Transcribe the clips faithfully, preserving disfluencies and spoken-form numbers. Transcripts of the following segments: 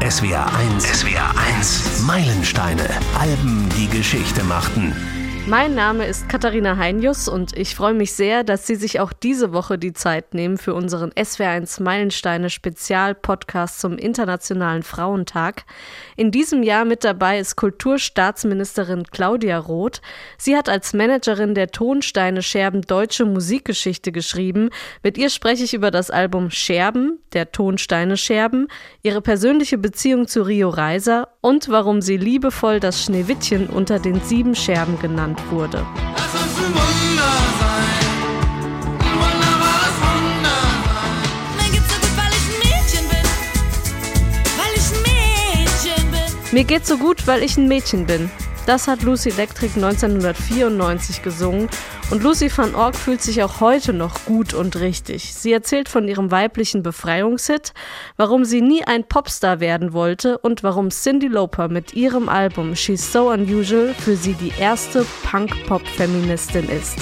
S W R eins. S W R eins. Meilensteine. Alben, die Geschichte machten. Mein Name ist Katharina Heinjus und ich freue mich sehr, dass Sie sich auch diese Woche die Zeit nehmen für unseren S W R eins Meilensteine Spezial-Podcast zum Internationalen Frauentag. In diesem Jahr mit dabei ist Kulturstaatsministerin Claudia Roth. Sie hat als Managerin der Tonsteine Scherben deutsche Musikgeschichte geschrieben. Mit ihr spreche ich über das Album Scherben, der Tonsteine Scherben, ihre persönliche Beziehung zu Rio Reiser und warum sie liebevoll das Schneewittchen unter den sieben Scherben genannt wurde. Lass uns ein Wunder sein, ein wunderbares Wunder sein. Mir geht's so gut, weil ich ein Mädchen bin, weil ich ein Mädchen bin. Mir geht's so gut, weil ich ein Mädchen bin. Das hat Lucy Electric neunzehnhundertvierundneunzig gesungen und Lucy van Org fühlt sich auch heute noch gut und richtig. Sie erzählt von ihrem weiblichen Befreiungshit, warum sie nie ein Popstar werden wollte und warum Cyndi Lauper mit ihrem Album She's So Unusual für sie die erste Punk-Pop-Feministin ist.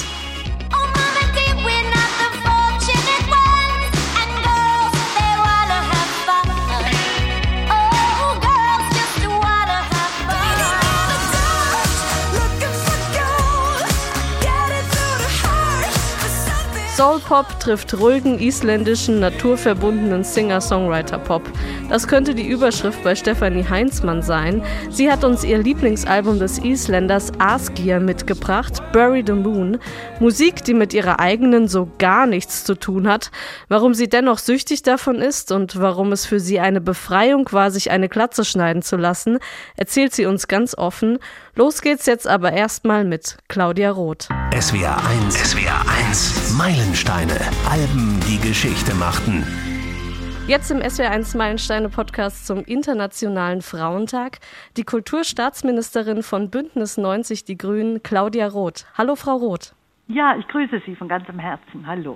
Soul-Pop trifft ruhigen, isländischen, naturverbundenen Singer-Songwriter-Pop. Das könnte die Überschrift bei Stefanie Heinzmann sein. Sie hat uns ihr Lieblingsalbum des Isländers Asgir mitgebracht, Bury the Moon. Musik, die mit ihrer eigenen so gar nichts zu tun hat. Warum sie dennoch süchtig davon ist und warum es für sie eine Befreiung war, sich eine Glatze schneiden zu lassen, erzählt sie uns ganz offen. Los geht's jetzt aber erstmal mit Claudia Roth. S W R eins. S W R eins. Meilensteine. Alben, die Geschichte machten. Jetzt im S W R eins Meilensteine-Podcast zum Internationalen Frauentag die Kulturstaatsministerin von Bündnis neunzig Die Grünen, Claudia Roth. Hallo, Frau Roth. Ja, ich grüße Sie von ganzem Herzen. Hallo.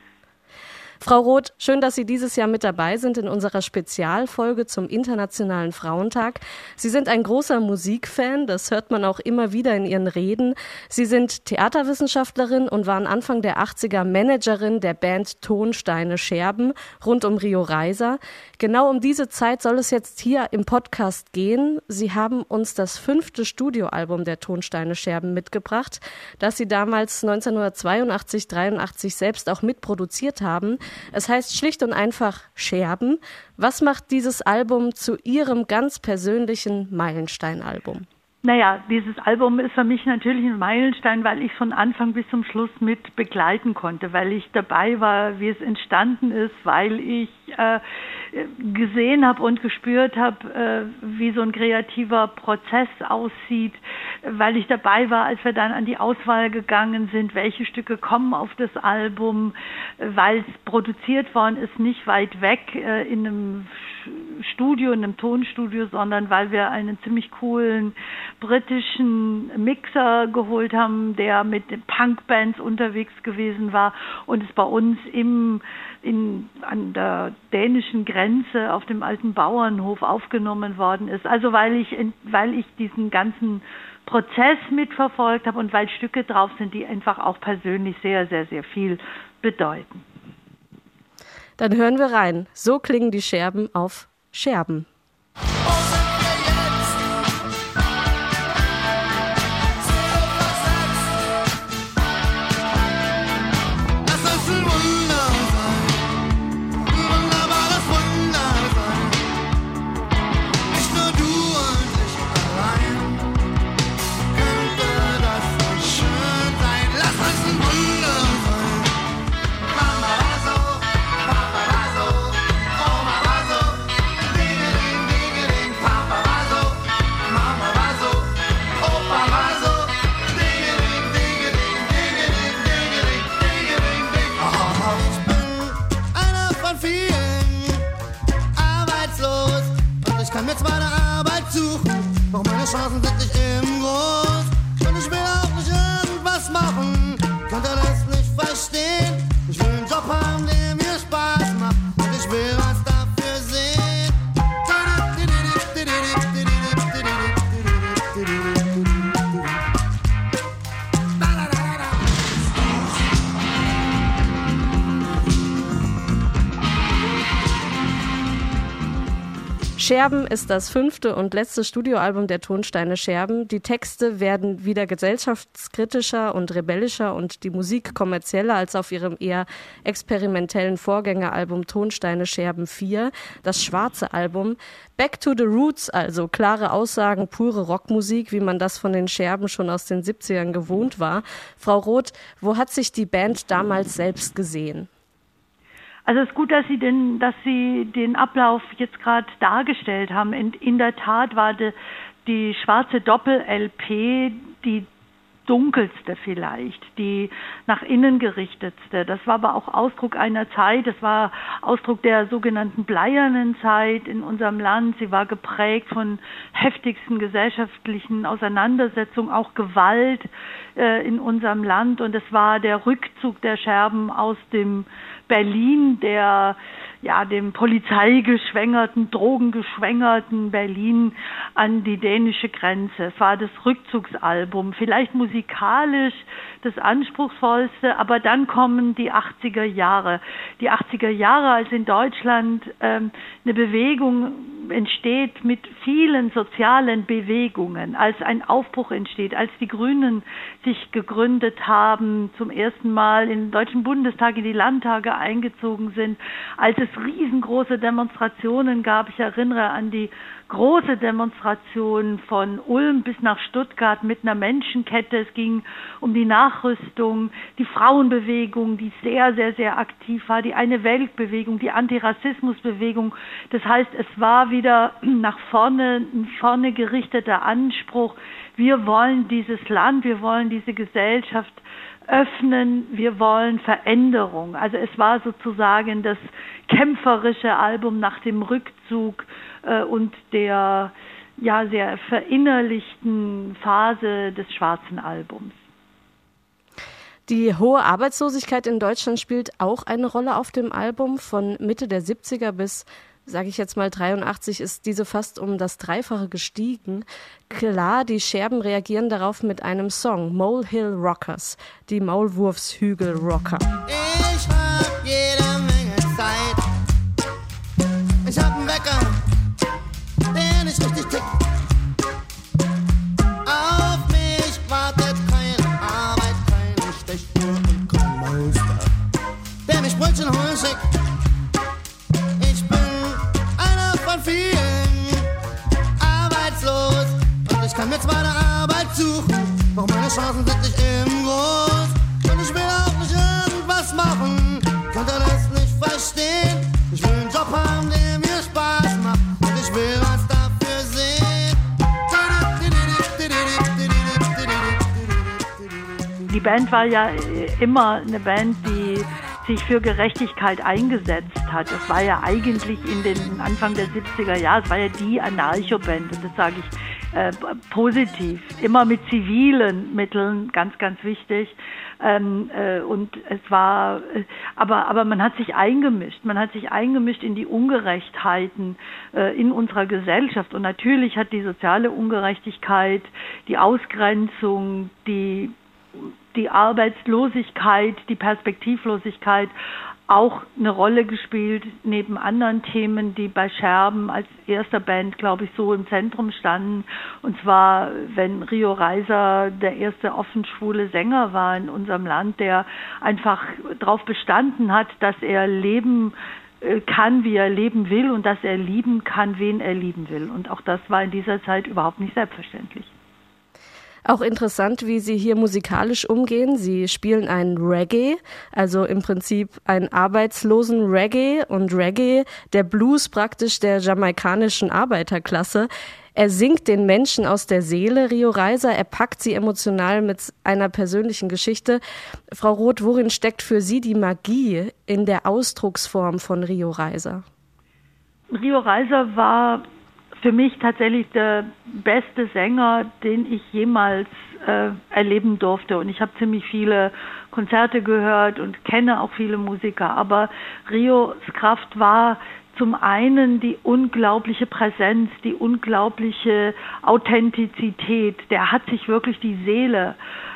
Frau Roth, schön, dass Sie dieses Jahr mit dabei sind in unserer Spezialfolge zum Internationalen Frauentag. Sie sind ein großer Musikfan, das hört man auch immer wieder in Ihren Reden. Sie sind Theaterwissenschaftlerin und waren Anfang der achtziger Managerin der Band Tonsteine Scherben rund um Rio Reiser. Genau um diese Zeit soll es jetzt hier im Podcast gehen. Sie haben uns das fünfte Studioalbum der Tonsteine Scherben mitgebracht, das Sie damals neunzehnhundertzweiundachtzig, dreiundachtzig selbst auch mitproduziert haben. Es heißt schlicht und einfach Scherben. Was macht dieses Album zu Ihrem ganz persönlichen Meilenstein-Album? Naja, dieses Album ist für mich natürlich ein Meilenstein, weil ich von Anfang bis zum Schluss mit begleiten konnte, weil ich dabei war, wie es entstanden ist, weil ich äh, gesehen habe und gespürt habe, äh, wie so ein kreativer Prozess aussieht, weil ich dabei war, als wir dann an die Auswahl gegangen sind, welche Stücke kommen auf das Album, weil es produziert worden ist, nicht weit weg äh, in einem Studio, in einem Tonstudio, sondern weil wir einen ziemlich coolen britischen Mixer geholt haben, der mit den Punkbands unterwegs gewesen war und es bei uns im, in, an der dänischen Grenze auf dem alten Bauernhof aufgenommen worden ist. Also weil ich, weil ich diesen ganzen Prozess mitverfolgt habe und weil Stücke drauf sind, die einfach auch persönlich sehr, sehr, sehr viel bedeuten. Dann hören wir rein. So klingen die Scherben auf Scherben. Chancen sind nicht im Groß und ich will auch nicht irgendwas machen, könnt ihr das nicht verstehen? Ich will einen Job haben, der mir Spaß macht und ich will was dafür sehen. Scherben ist das fünfte und letzte Studioalbum der Tonsteine Scherben. Die Texte werden wieder gesellschaftskritischer und rebellischer und die Musik kommerzieller als auf ihrem eher experimentellen Vorgängeralbum Tonsteine Scherben vier, das schwarze Album. Back to the Roots, also klare Aussagen, pure Rockmusik, wie man das von den Scherben schon aus den siebzigern gewohnt war. Frau Roth, wo hat sich die Band damals selbst gesehen? Also es ist gut, dass Sie den, dass Sie den Ablauf jetzt gerade dargestellt haben. In, in der Tat war die, die schwarze Doppel-L P die dunkelste vielleicht, die nach innen gerichtetste. Das war aber auch Ausdruck einer Zeit, das war Ausdruck der sogenannten bleiernen Zeit in unserem Land. Sie war geprägt von heftigsten gesellschaftlichen Auseinandersetzungen, auch Gewalt äh, in unserem Land. Und es war der Rückzug der Scherben aus dem Berlin, der ja dem polizeigeschwängerten, drogengeschwängerten Berlin an die dänische Grenze. Es war das Rückzugsalbum, vielleicht musikalisch das anspruchsvollste, aber dann kommen die achtziger Jahre. Die achtziger Jahre, als in Deutschland ähm, eine Bewegung entsteht mit vielen sozialen Bewegungen, als ein Aufbruch entsteht, als die Grünen sich gegründet haben, zum ersten Mal in den Deutschen Bundestag, in die Landtage eingezogen sind, als es riesengroße Demonstrationen gab. Ich erinnere an die große Demonstration von Ulm bis nach Stuttgart mit einer Menschenkette. Es ging um die Nachrüstung, die Frauenbewegung, die sehr, sehr, sehr aktiv war, die Eine-Welt-Bewegung, die Antirassismusbewegung. Das heißt, es war wieder nach vorne, ein vorne gerichteter Anspruch. Wir wollen dieses Land, wir wollen diese Gesellschaft öffnen, wir wollen Veränderung. Also es war sozusagen das kämpferische Album nach dem Rückzug äh, und der ja sehr verinnerlichten Phase des schwarzen Albums. Die hohe Arbeitslosigkeit in Deutschland spielt auch eine Rolle auf dem Album. Von Mitte der siebziger bis, sage ich jetzt mal, dreiundachtzig ist diese fast um das Dreifache gestiegen. Klar, die Scherben reagieren darauf mit einem Song, Mole Hill Rockers, die Maulwurfshügel-Rocker. Ich hab jede Menge Zeit. Ich hab einen Wecker, der nicht richtig tickt. Auf mich wartet keine Arbeit, keine Stechuhr und kein Meister, der mich Brötchen holen schickt. Ich bin einer von vielen, arbeitslos, und ich kann mir zwar eine Arbeit suchen, doch meine Chancen sind nicht im Groß. Und ich will auch nicht irgendwas machen, könnt ihr das nicht verstehen? Ich will einen Job haben, der mir Spaß macht, und ich will was dafür sehen. Die Band war ja immer eine Band, die sich für Gerechtigkeit eingesetzt hat. Es war ja eigentlich in den Anfang der siebziger Jahre, es war ja die Anarcho-Band, und das sage ich äh, positiv, immer mit zivilen Mitteln, ganz, ganz wichtig. Ähm, äh, und es war, äh, aber, aber man hat sich eingemischt, man hat sich eingemischt in die Ungerechtheiten äh, in unserer Gesellschaft, und natürlich hat die soziale Ungerechtigkeit, die Ausgrenzung, die die Arbeitslosigkeit, die Perspektivlosigkeit auch eine Rolle gespielt, neben anderen Themen, die bei Scherben als erster Band, glaube ich, so im Zentrum standen. Und zwar, wenn Rio Reiser der erste offen schwule Sänger war in unserem Land, der einfach darauf bestanden hat, dass er leben kann, wie er leben will, und dass er lieben kann, wen er lieben will. Und auch das war in dieser Zeit überhaupt nicht selbstverständlich. Auch interessant, wie Sie hier musikalisch umgehen. Sie spielen einen Reggae, also im Prinzip einen arbeitslosen Reggae, und Reggae, der Blues praktisch der jamaikanischen Arbeiterklasse. Er singt den Menschen aus der Seele, Rio Reiser, er packt sie emotional mit einer persönlichen Geschichte. Frau Roth, worin steckt für Sie die Magie in der Ausdrucksform von Rio Reiser? Rio Reiser war für mich tatsächlich der beste Sänger, den ich jemals äh, erleben durfte. Und ich habe ziemlich viele Konzerte gehört und kenne auch viele Musiker. Aber Rios Kraft war zum einen die unglaubliche Präsenz, die unglaubliche Authentizität. Der hat sich wirklich die Seele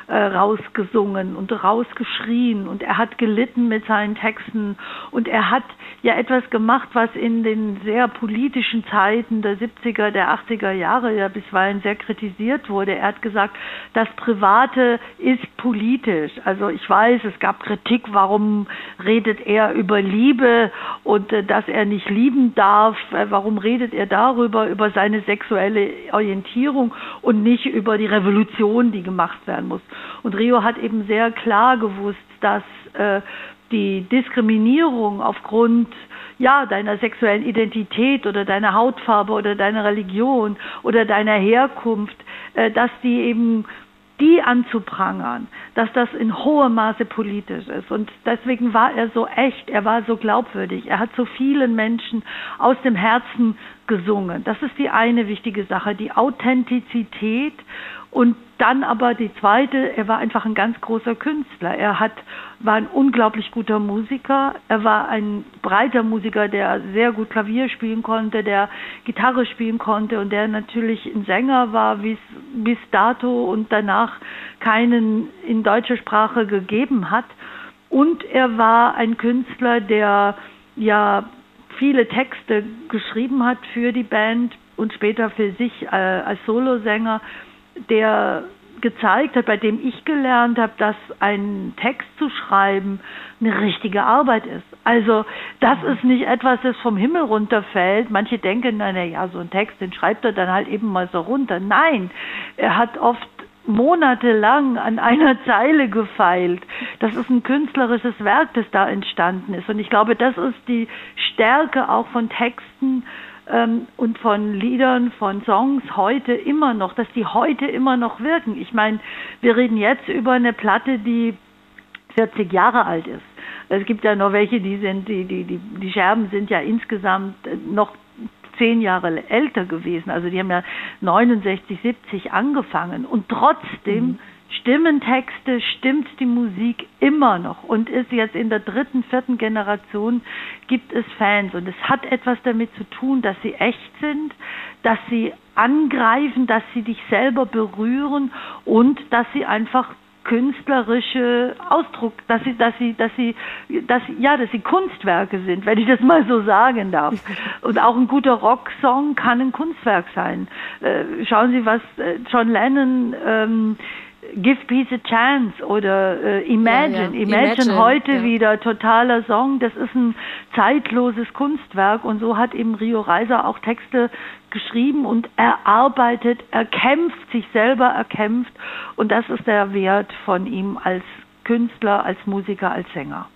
äh, rausgesungen und rausgeschrien und er hat gelitten mit seinen Texten und er hat ja etwas gemacht, was in den sehr politischen Zeiten der siebziger, der achtziger Jahre ja bisweilen sehr kritisiert wurde. Er hat gesagt, das Private ist politisch. Also ich weiß, es gab Kritik, warum redet er über Liebe und äh, dass er nicht lieben darf, äh, warum redet er darüber, über seine sexuelle Orientierung und nicht über die Revolution, die gemacht werden muss. Und Rio hat eben sehr klar gewusst, dass äh, die Diskriminierung aufgrund ja, deiner sexuellen Identität oder deiner Hautfarbe oder deiner Religion oder deiner Herkunft, äh, dass die eben die anzuprangern, dass das in hohem Maße politisch ist. Und deswegen war er so echt, er war so glaubwürdig. Er hat so vielen Menschen aus dem Herzen gesungen. Das ist die eine wichtige Sache, die Authentizität. Und dann aber die zweite, er war einfach ein ganz großer Künstler. Er hat, war ein unglaublich guter Musiker. Er war ein breiter Musiker, der sehr gut Klavier spielen konnte, der Gitarre spielen konnte und der natürlich ein Sänger war, wie es bis dato und danach keinen in deutscher Sprache gegeben hat. Und er war ein Künstler, der ja viele Texte geschrieben hat für die Band und später für sich äh, als Solosänger, der gezeigt hat, bei dem ich gelernt habe, dass ein Text zu schreiben eine richtige Arbeit ist. Also das ist nicht etwas, das vom Himmel runterfällt. Manche denken, na ja, so ein Text, den schreibt er dann halt eben mal so runter. Nein, er hat oft monatelang an einer Zeile gefeilt. Das ist ein künstlerisches Werk, das da entstanden ist. Und ich glaube, das ist die Stärke auch von Texten, Ähm, und von Liedern, von Songs heute immer noch, dass die heute immer noch wirken. Ich meine, wir reden jetzt über eine Platte, die vierzig Jahre alt ist. Es gibt ja noch welche, die sind, die, die, die, die Scherben sind ja insgesamt noch zehn Jahre älter gewesen. Also die haben ja neunundsechzig, siebzig angefangen und trotzdem mhm. stimmen Texte, stimmt die Musik immer noch und ist jetzt in der dritten, vierten Generation gibt es Fans und es hat etwas damit zu tun, dass sie echt sind, dass sie angreifen, dass sie dich selber berühren und dass sie einfach künstlerische Ausdruck, dass sie, dass sie, dass sie, dass ja, dass sie Kunstwerke sind, wenn ich das mal so sagen darf. Und auch ein guter Rocksong kann ein Kunstwerk sein. Äh, schauen Sie, was äh, John Lennon ähm, Give Peace a Chance oder äh, Imagine. Ja, ja. Imagine, Imagine heute ja. wieder, totaler Song. Das ist ein zeitloses Kunstwerk und so hat eben Rio Reiser auch Texte geschrieben und erarbeitet, erkämpft, sich selber erkämpft und das ist der Wert von ihm als Künstler, als Musiker, als Sänger.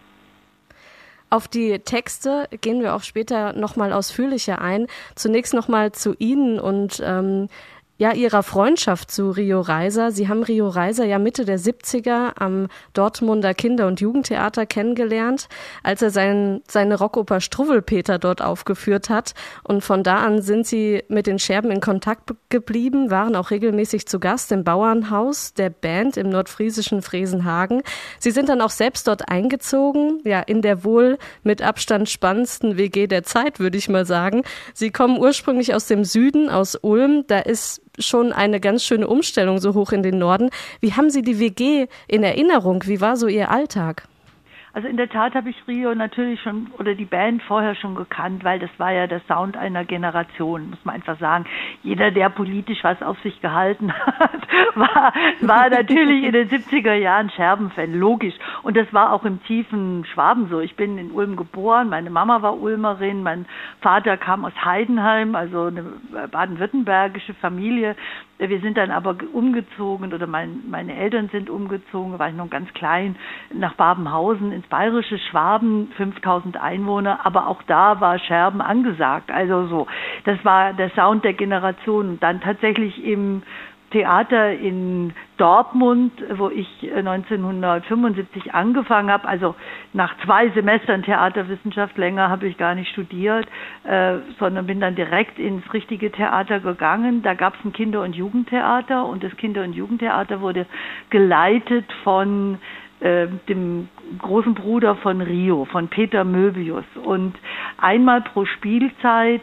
Auf die Texte gehen wir auch später nochmal ausführlicher ein. Zunächst nochmal zu Ihnen und ähm, ja, Ihrer Freundschaft zu Rio Reiser. Sie haben Rio Reiser ja Mitte der siebziger am Dortmunder Kinder- und Jugendtheater kennengelernt, als er sein, seine Rockoper Struwwelpeter dort aufgeführt hat. Und von da an sind Sie mit den Scherben in Kontakt geblieben, waren auch regelmäßig zu Gast im Bauernhaus der Band im nordfriesischen Fresenhagen. Sie sind dann auch selbst dort eingezogen, ja, in der wohl mit Abstand spannendsten W G der Zeit, würde ich mal sagen. Sie kommen ursprünglich aus dem Süden, aus Ulm. Da ist schon eine ganz schöne Umstellung so hoch in den Norden. Wie haben Sie die W G in Erinnerung? Wie war so Ihr Alltag? Also in der Tat habe ich Rio natürlich schon oder die Band vorher schon gekannt, weil das war ja der Sound einer Generation, muss man einfach sagen. Jeder, der politisch was auf sich gehalten hat, war, war natürlich in den siebziger Jahren Scherben-Fan, logisch. Und das war auch im tiefen Schwaben so. Ich bin in Ulm geboren, meine Mama war Ulmerin, mein Vater kam aus Heidenheim, also eine baden-württembergische Familie. Wir sind dann aber umgezogen oder mein, meine Eltern sind umgezogen, da war ich noch ganz klein, nach Babenhausen ins bayerische Schwaben, fünftausend Einwohner, aber auch da war Scherben angesagt. Also so, das war der Sound der Generation. Und dann tatsächlich im Theater in Dortmund, wo ich neunzehnhundertfünfundsiebzig angefangen habe, also nach zwei Semestern Theaterwissenschaft, länger habe ich gar nicht studiert, äh, sondern bin dann direkt ins richtige Theater gegangen. Da gab es ein Kinder- und Jugendtheater und das Kinder- und Jugendtheater wurde geleitet von äh, dem großen Bruder von Rio, von Peter Möbius. Und einmal pro Spielzeit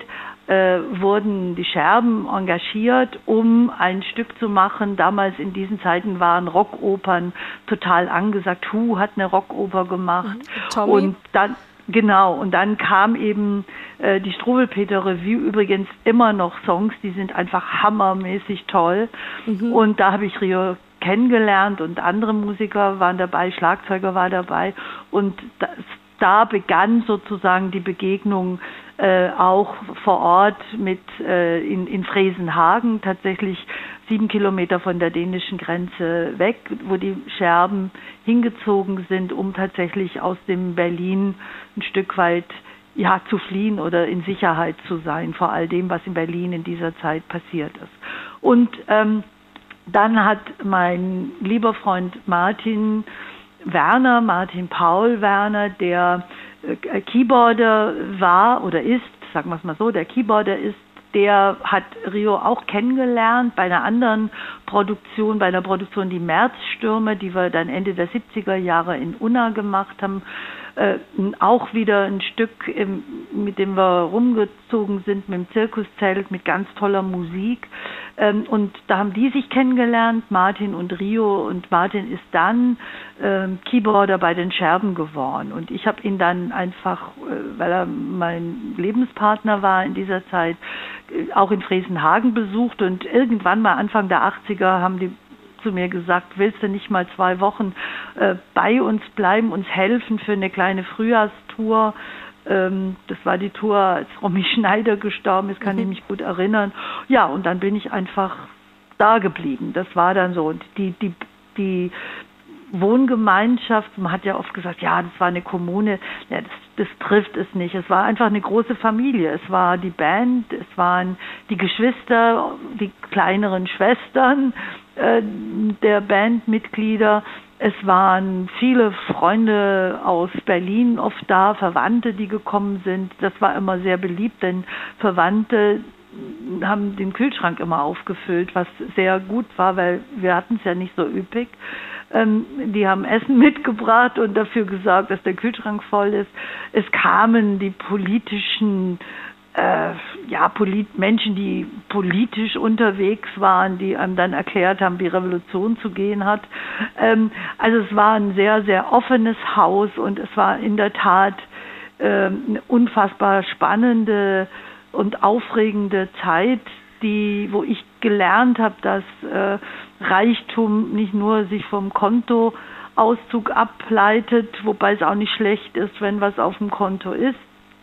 äh, wurden die Scherben engagiert, um ein Stück zu machen. Damals in diesen Zeiten waren Rockopern total angesagt. Who hat eine Rockoper gemacht. Tommy. Und dann Genau, und dann kam eben äh, die Struwwelpeter Revue, übrigens immer noch Songs, die sind einfach hammermäßig toll. Mhm. Und da habe ich Rio kennengelernt und andere Musiker waren dabei, Schlagzeuger war dabei. Und das, da begann sozusagen die Begegnung äh, auch vor Ort mit äh, in, in Fresenhagen, tatsächlich sieben Kilometer von der dänischen Grenze weg, wo die Scherben hingezogen sind, um tatsächlich aus dem Berlin ein Stück weit ja zu fliehen oder in Sicherheit zu sein, vor all dem, was in Berlin in dieser Zeit passiert ist. Und ähm, dann hat mein lieber Freund Martin Werner, Martin Paul Werner, der äh, Keyboarder war oder ist, sagen wir es mal so, der Keyboarder ist, der hat Rio auch kennengelernt bei einer anderen Produktion, bei einer Produktion Die Märzstürme, die wir dann Ende der siebziger Jahre in Unna gemacht haben. Äh, auch wieder ein Stück, im, mit dem wir rumgezogen sind, mit dem Zirkuszelt, mit ganz toller Musik. Ähm, und da haben die sich kennengelernt, Martin und Rio. Und Martin ist dann äh, Keyboarder bei den Scherben geworden. Und ich habe ihn dann einfach, äh, weil er mein Lebenspartner war in dieser Zeit, äh, auch in Fresenhagen besucht. Und irgendwann mal Anfang der achtziger haben die zu mir gesagt, willst du nicht mal zwei Wochen äh, bei uns bleiben, uns helfen für eine kleine Frühjahrstour. Ähm, das war die Tour, als Romy Schneider gestorben ist, kann mhm. ich mich gut erinnern. Ja, und dann bin ich einfach da geblieben. Das war dann so. Und die, die, die Wohngemeinschaft, man hat ja oft gesagt, ja, das war eine Kommune, ja, das, das trifft es nicht. Es war einfach eine große Familie. Es war die Band, es waren die Geschwister, die kleineren Schwestern äh, der Bandmitglieder. Es waren viele Freunde aus Berlin oft da, Verwandte, die gekommen sind. Das war immer sehr beliebt, denn Verwandte haben den Kühlschrank immer aufgefüllt, was sehr gut war, weil wir hatten es ja nicht so üppig. Ähm, die haben Essen mitgebracht und dafür gesorgt, dass der Kühlschrank voll ist. Es kamen die politischen äh, ja, polit- Menschen, die politisch unterwegs waren, die einem dann erklärt haben, wie Revolution zu gehen hat. Ähm, also es war ein sehr, sehr offenes Haus und es war in der Tat äh, eine unfassbar spannende und aufregende Zeit, die, wo ich gelernt habe, dass äh, Reichtum nicht nur sich vom Kontoauszug ableitet, wobei es auch nicht schlecht ist, wenn was auf dem Konto ist,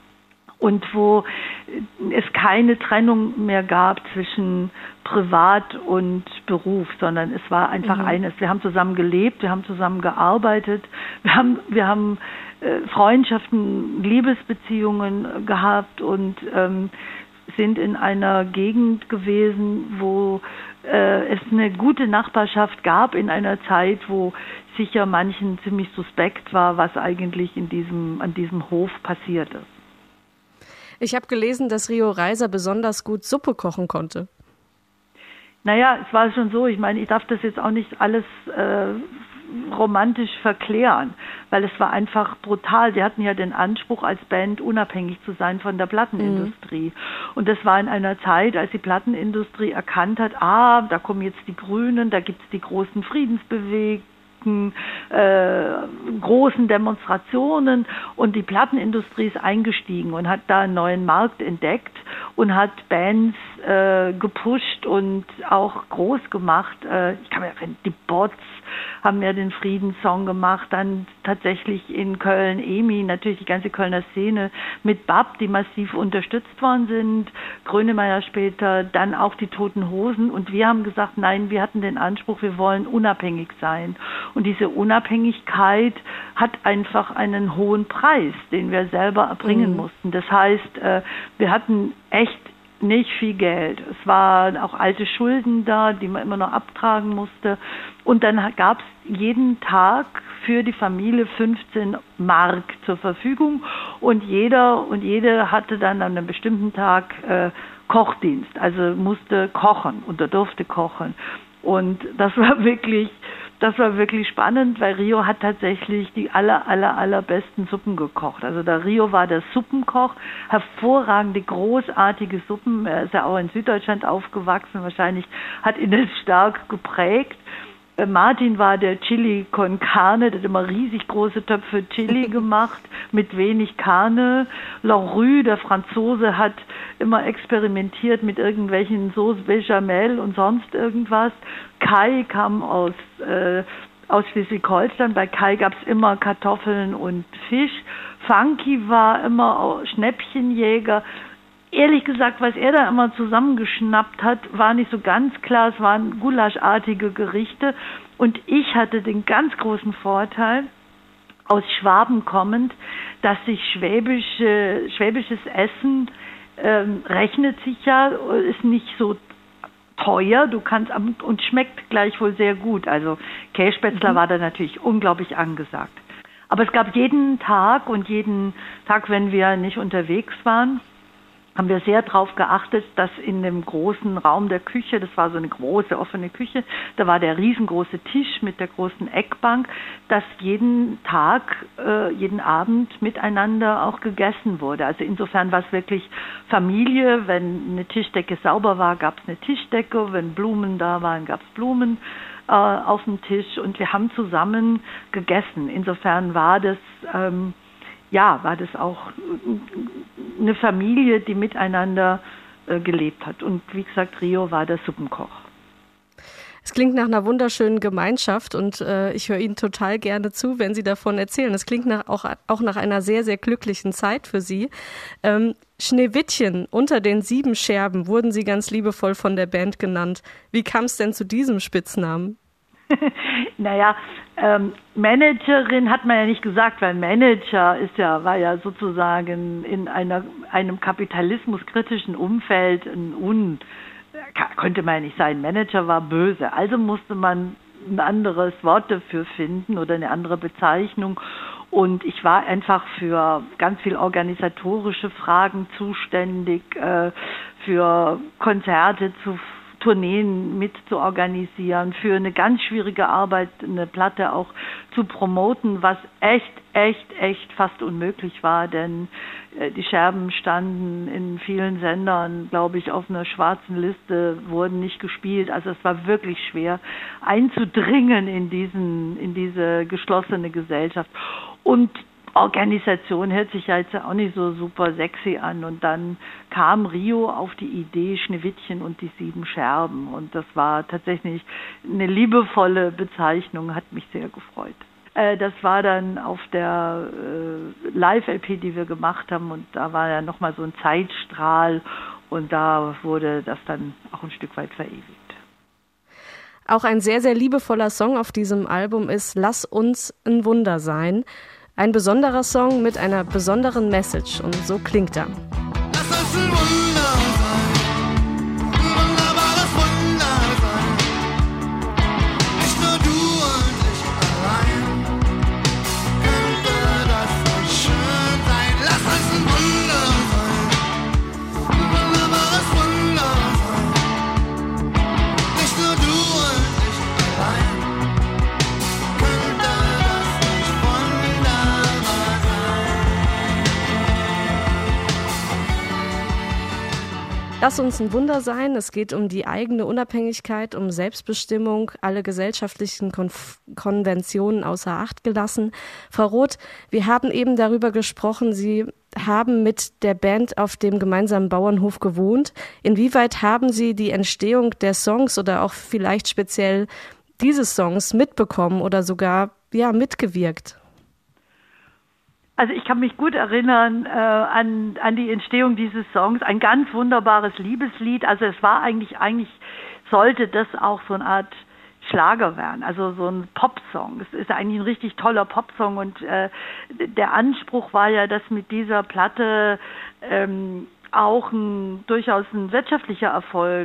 und wo es keine Trennung mehr gab zwischen Privat und Beruf, sondern es war einfach mhm. eines. Wir haben zusammen gelebt, wir haben zusammen gearbeitet, wir haben, wir haben äh, Freundschaften, Liebesbeziehungen gehabt und ähm, sind in einer Gegend gewesen, wo äh, es eine gute Nachbarschaft gab, in einer Zeit, wo sicher manchen ziemlich suspekt war, was eigentlich in diesem, an diesem Hof passiert ist. Ich habe gelesen, dass Rio Reiser besonders gut Suppe kochen konnte. Naja, es war schon so, ich meine, ich darf das jetzt auch nicht alles äh, romantisch verklären, weil es war einfach brutal. Sie hatten ja den Anspruch, als Band unabhängig zu sein von der Plattenindustrie. Mhm. Und das war in einer Zeit, als die Plattenindustrie erkannt hat, ah, da kommen jetzt die Grünen, da gibt es die großen Friedensbewegungen, Äh, großen Demonstrationen, und die Plattenindustrie ist eingestiegen und hat da einen neuen Markt entdeckt und hat Bands äh, gepusht und auch groß gemacht. Äh, ich kann mir erinnern, die Bots haben ja den Friedenssong gemacht, dann tatsächlich in Köln EMI, natürlich die ganze Kölner Szene mit B A P, die massiv unterstützt worden sind, Grönemeyer später, dann auch die Toten Hosen, und wir haben gesagt, nein, wir hatten den Anspruch, wir wollen unabhängig sein. Und diese Unabhängigkeit hat einfach einen hohen Preis, den wir selber erbringen mhm. mussten. Das heißt, wir hatten echt nicht viel Geld. Es waren auch alte Schulden da, die man immer noch abtragen musste. Und dann gab es jeden Tag für die Familie fünfzehn Mark zur Verfügung. Und jeder und jede hatte dann an einem bestimmten Tag äh, Kochdienst. Also musste kochen und er durfte kochen. Und das war wirklich das war wirklich spannend, weil Rio hat tatsächlich die aller, aller, allerbesten Suppen gekocht. Also der Rio war der Suppenkoch, hervorragende, großartige Suppen. Er ist ja auch in Süddeutschland aufgewachsen, wahrscheinlich hat ihn das stark geprägt. Martin war der Chili con Carne, der hat immer riesig große Töpfe Chili gemacht, mit wenig Carne. Larue, der Franzose, hat immer experimentiert mit irgendwelchen Sauce Bechamel und sonst irgendwas. Kai kam aus, äh, aus Schleswig-Holstein. Bei Kai gab es immer Kartoffeln und Fisch. Funky war immer Schnäppchenjäger. Ehrlich gesagt, was er da immer zusammengeschnappt hat, war nicht so ganz klar. Es waren gulaschartige Gerichte. Und ich hatte den ganz großen Vorteil, aus Schwaben kommend, dass sich schwäbische, schwäbisches Essen ähm, rechnet sich ja, ist nicht so teuer, du kannst und schmeckt gleichwohl sehr gut. Also Kässpätzler mhm. war da natürlich unglaublich angesagt. Aber es gab jeden Tag und jeden Tag, wenn wir nicht unterwegs waren, haben wir sehr darauf geachtet, dass in dem großen Raum der Küche, das war so eine große offene Küche, da war der riesengroße Tisch mit der großen Eckbank, dass jeden Tag, äh, jeden Abend miteinander auch gegessen wurde. Also insofern war es wirklich Familie. Wenn eine Tischdecke sauber war, gab es eine Tischdecke. Wenn Blumen da waren, gab es Blumen äh, auf dem Tisch. Und wir haben zusammen gegessen. Insofern war das... Ähm, Ja, war das auch eine Familie, die miteinander äh, gelebt hat. Und wie gesagt, Rio war der Suppenkoch. Es klingt nach einer wunderschönen Gemeinschaft und äh, ich höre Ihnen total gerne zu, wenn Sie davon erzählen. Es klingt nach, auch, auch nach einer sehr, sehr glücklichen Zeit für Sie. Ähm, Schneewittchen unter den sieben Scherben wurden Sie ganz liebevoll von der Band genannt. Wie kam es denn zu diesem Spitznamen? Naja, ähm, Managerin hat man ja nicht gesagt, weil Manager ist ja, war ja sozusagen in einer, einem kapitalismuskritischen Umfeld ein Un, könnte man ja nicht sein. Manager war böse, also musste man ein anderes Wort dafür finden oder eine andere Bezeichnung. Und ich war einfach für ganz viel organisatorische Fragen zuständig, äh, für Konzerte zu Tourneen mit zu organisieren, für eine ganz schwierige Arbeit, eine Platte auch zu promoten, was echt, echt, echt fast unmöglich war, denn äh, die Scherben standen in vielen Sendern, glaube ich, auf einer schwarzen Liste, wurden nicht gespielt. Also es war wirklich schwer einzudringen in diesen, in diese geschlossene Gesellschaft. Und Organisation hört sich ja jetzt auch nicht so super sexy an. Und dann kam Rio auf die Idee Schneewittchen und die sieben Scherben. Und das war tatsächlich eine liebevolle Bezeichnung, hat mich sehr gefreut. Äh, das war dann auf der äh, Live-L P, die wir gemacht haben. Und da war ja nochmal so ein Zeitstrahl. Und da wurde das dann auch ein Stück weit verewigt. Auch ein sehr, sehr liebevoller Song auf diesem Album ist Lass uns ein Wunder sein. Ein besonderer Song mit einer besonderen Message und so klingt er. Lass uns ein Wunder sein, ein wunderbares Wunder sein. Nicht nur du und ich allein, könnte das so schön sein. Lass uns ein Wunder sein, ein wunderbares Wunder sein. Nicht nur du und ich allein, könnte das nicht wunderbar sein. Lass uns ein Wunder sein. Es geht um die eigene Unabhängigkeit, um Selbstbestimmung, alle gesellschaftlichen Konf- Konventionen außer Acht gelassen. Frau Roth, wir haben eben darüber gesprochen, Sie haben mit der Band auf dem gemeinsamen Bauernhof gewohnt. Inwieweit haben Sie die Entstehung der Songs oder auch vielleicht speziell dieses Songs mitbekommen oder sogar ja, mitgewirkt? Also ich kann mich gut erinnern äh, an, an die Entstehung dieses Songs. Ein ganz wunderbares Liebeslied. Also es war eigentlich, eigentlich sollte das auch so eine Art Schlager werden, also so ein Popsong. Es ist eigentlich ein richtig toller Popsong und äh, der Anspruch war ja, dass mit dieser Platte ähm, auch ein, durchaus ein wirtschaftlicher Erfolg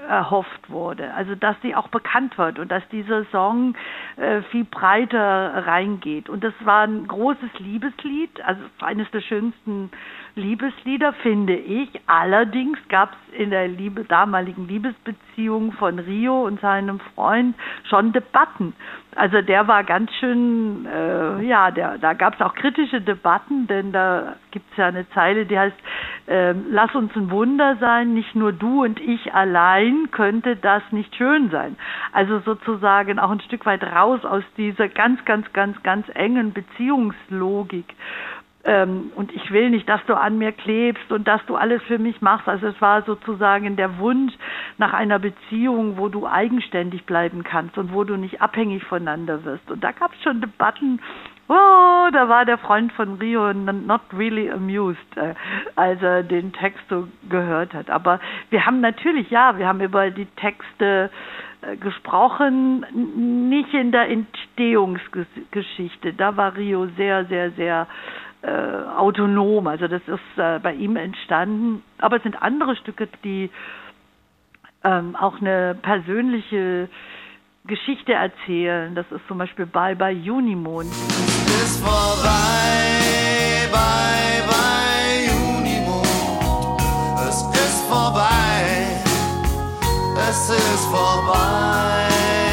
erhofft wurde. Also dass sie auch bekannt wird und dass dieser Song äh, viel breiter reingeht. Und das war ein großes Liebeslied, also eines der schönsten Liebeslieder, finde ich. Allerdings gab es in der Liebe, damaligen Liebesbeziehung von Rio und seinem Freund schon Debatten. Also der war ganz schön, äh, ja, der, da gab es auch kritische Debatten, denn da gibt es ja eine Zeile, die heißt, äh, lass uns ein Wunder sein, nicht nur du und ich allein könnte das nicht schön sein. Also sozusagen auch ein Stück weit raus aus dieser ganz, ganz, ganz, ganz engen Beziehungslogik. Ähm, und ich will nicht, dass du an mir klebst und dass du alles für mich machst. Also es war sozusagen der Wunsch nach einer Beziehung, wo du eigenständig bleiben kannst und wo du nicht abhängig voneinander wirst. Und da gab es schon Debatten. Oh, da war der Freund von Rio not really amused, äh, als er den Text so gehört hat. Aber wir haben natürlich, ja, wir haben über die Texte äh, gesprochen, nicht in der Entstehungsgeschichte. Da war Rio sehr, sehr, sehr Äh, autonom, also das ist äh, bei ihm entstanden, aber es sind andere Stücke, die ähm, auch eine persönliche Geschichte erzählen. Das ist zum Beispiel Bye Bye Junimond. Es ist vorbei, bye bye Junimond, es ist vorbei, es ist vorbei,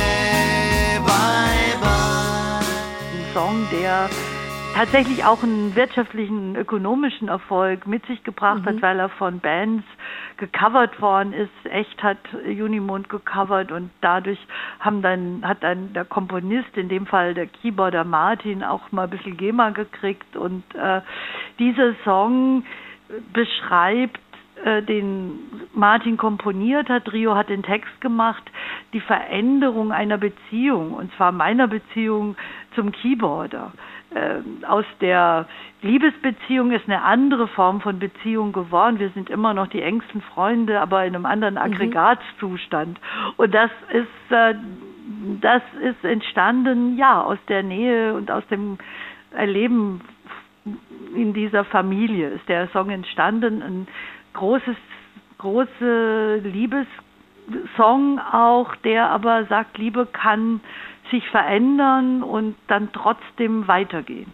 bye bye. Ein Song, der tatsächlich auch einen wirtschaftlichen, ökonomischen Erfolg mit sich gebracht mhm. hat, weil er von Bands gecovert worden ist. Echt hat Junimond gecovert und dadurch haben dann, hat dann der Komponist, in dem Fall der Keyboarder Martin, auch mal ein bisschen GEMA gekriegt. Und äh, dieser Song beschreibt, äh, den Martin komponiert hat, Rio hat den Text gemacht, die Veränderung einer Beziehung, und zwar meiner Beziehung zum Keyboarder. Äh, aus der Liebesbeziehung ist eine andere Form von Beziehung geworden. Wir sind immer noch die engsten Freunde, aber in einem anderen Aggregatzustand. Und das ist, äh, das ist entstanden, ja, aus der Nähe und aus dem Erleben in dieser Familie ist der Song entstanden. Ein großes, große Liebessong auch, der aber sagt, Liebe kann sich verändern und dann trotzdem weitergehen.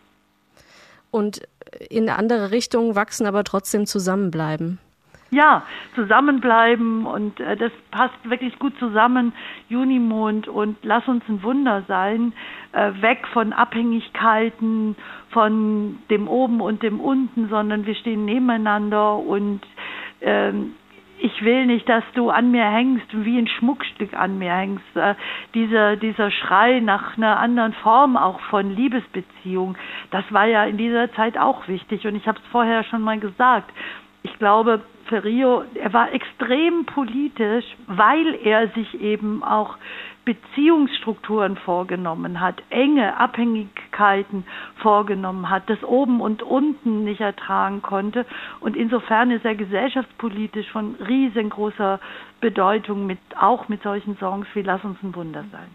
Und in andere Richtungen wachsen, aber trotzdem zusammenbleiben. Ja, zusammenbleiben und äh, das passt wirklich gut zusammen, Junimond und Lass uns ein Wunder sein, äh, weg von Abhängigkeiten, von dem Oben und dem Unten, sondern wir stehen nebeneinander und ähm, ich will nicht, dass du an mir hängst, wie ein Schmuckstück an mir hängst. Äh, dieser, dieser Schrei nach einer anderen Form auch von Liebesbeziehung, das war ja in dieser Zeit auch wichtig. Und ich habe es vorher schon mal gesagt. Ich glaube, für Rio, er war extrem politisch, weil er sich eben auch Beziehungsstrukturen vorgenommen hat, enge Abhängigkeiten vorgenommen hat, das Oben und Unten nicht ertragen konnte. Und insofern ist er gesellschaftspolitisch von riesengroßer Bedeutung, mit, auch mit solchen Songs wie Lass uns ein Wunder sein.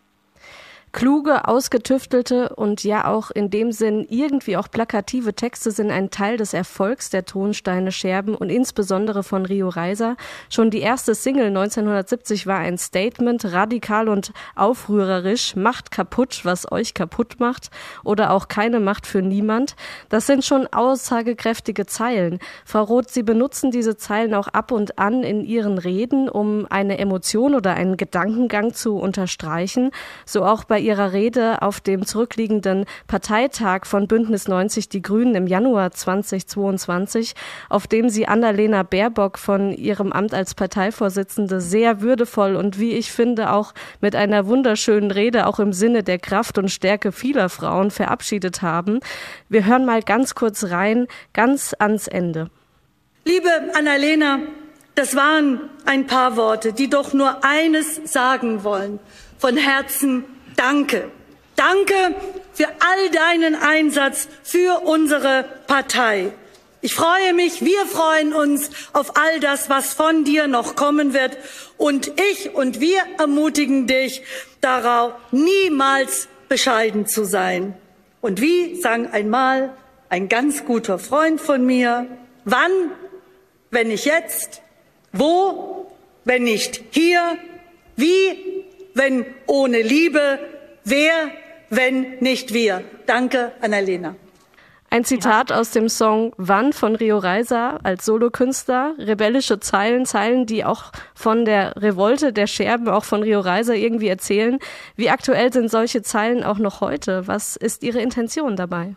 Kluge, ausgetüftelte und ja auch in dem Sinn irgendwie auch plakative Texte sind ein Teil des Erfolgs der Tonsteine Scherben und insbesondere von Rio Reiser. Schon die erste Single neunzehnhundertsiebzig war ein Statement, radikal und aufrührerisch, macht kaputt, was euch kaputt macht oder auch keine Macht für niemand. Das sind schon aussagekräftige Zeilen. Frau Roth, Sie benutzen diese Zeilen auch ab und an in Ihren Reden, um eine Emotion oder einen Gedankengang zu unterstreichen, so auch bei Ihrer Rede auf dem zurückliegenden Parteitag von Bündnis neunzig Die Grünen im Januar zweitausendzweiundzwanzig, auf dem Sie Annalena Baerbock von ihrem Amt als Parteivorsitzende sehr würdevoll und wie ich finde auch mit einer wunderschönen Rede auch im Sinne der Kraft und Stärke vieler Frauen verabschiedet haben. Wir hören mal ganz kurz rein, ganz ans Ende. Liebe Annalena, das waren ein paar Worte, die doch nur eines sagen wollen. Von Herzen Danke. Danke für all deinen Einsatz für unsere Partei. Ich freue mich, wir freuen uns auf all das, was von dir noch kommen wird. Und ich und wir ermutigen dich darauf, niemals bescheiden zu sein. Und wie sang einmal ein ganz guter Freund von mir, wann, wenn nicht jetzt, wo, wenn nicht hier? Wie, wenn ohne Liebe? Wer, wenn nicht wir? Danke, Annalena. Ein Zitat aus dem Song Wann von Rio Reiser als Solokünstler. Rebellische Zeilen, Zeilen, die auch von der Revolte der Scherben, auch von Rio Reiser irgendwie erzählen. Wie aktuell sind solche Zeilen auch noch heute? Was ist Ihre Intention dabei?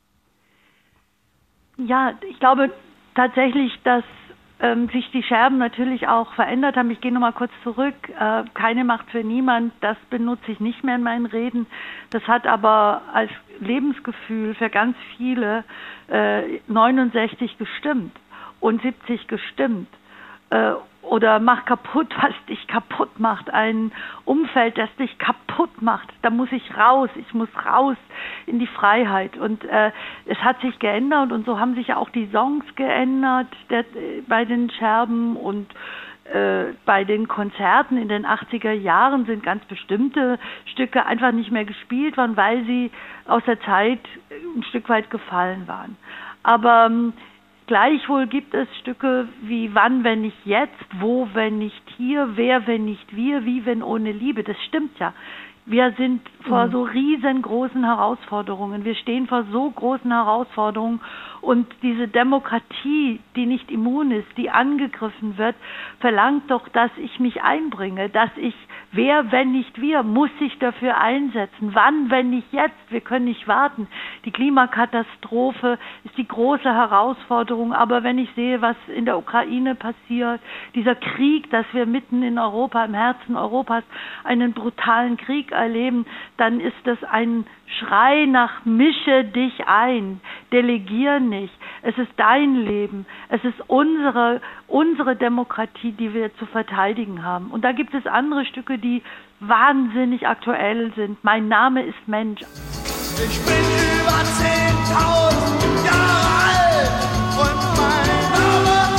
Ja, ich glaube tatsächlich, dass ähm, sich die Scherben natürlich auch verändert haben. Ich gehe nochmal kurz zurück. Äh, keine Macht für niemand, das benutze ich nicht mehr in meinen Reden. Das hat aber als Lebensgefühl für ganz viele äh, neunundsechzig gestimmt und siebzig gestimmt. Äh, oder mach kaputt, was dich kaputt macht. Ein Umfeld, das dich kaputt macht. Da muss ich raus. Ich muss raus in die Freiheit. Und äh, es hat sich geändert und so haben sich ja auch die Songs geändert der, bei den Scherben und äh, bei den Konzerten in den achtziger Jahren sind ganz bestimmte Stücke einfach nicht mehr gespielt worden, weil sie aus der Zeit ein Stück weit gefallen waren. Aber ähm, gleichwohl gibt es Stücke wie Wann, wenn nicht jetzt, Wo, wenn nicht hier, Wer, wenn nicht wir, Wie, wenn ohne Liebe. Das stimmt ja. Wir sind vor so riesengroßen Herausforderungen. Wir stehen vor so großen Herausforderungen. Und diese Demokratie, die nicht immun ist, die angegriffen wird, verlangt doch, dass ich mich einbringe, dass ich, wer, wenn nicht wir, muss sich dafür einsetzen. Wann, wenn nicht jetzt? Wir können nicht warten. Die Klimakatastrophe ist die große Herausforderung. Aber wenn ich sehe, was in der Ukraine passiert, dieser Krieg, dass wir mitten in Europa, im Herzen Europas, einen brutalen Krieg erleben, dann ist das ein Schrei nach mische dich ein, delegier nicht. Es ist dein Leben, es ist unsere, unsere Demokratie, die wir zu verteidigen haben. Und da gibt es andere Stücke, die wahnsinnig aktuell sind. Mein Name ist Mensch. Ich bin über zehntausend Jahre alt und mein Name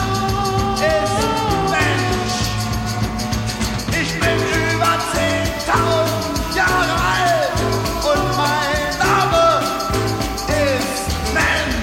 ist Mensch. Ich bin über zehntausend Jahre alt und mein Name ist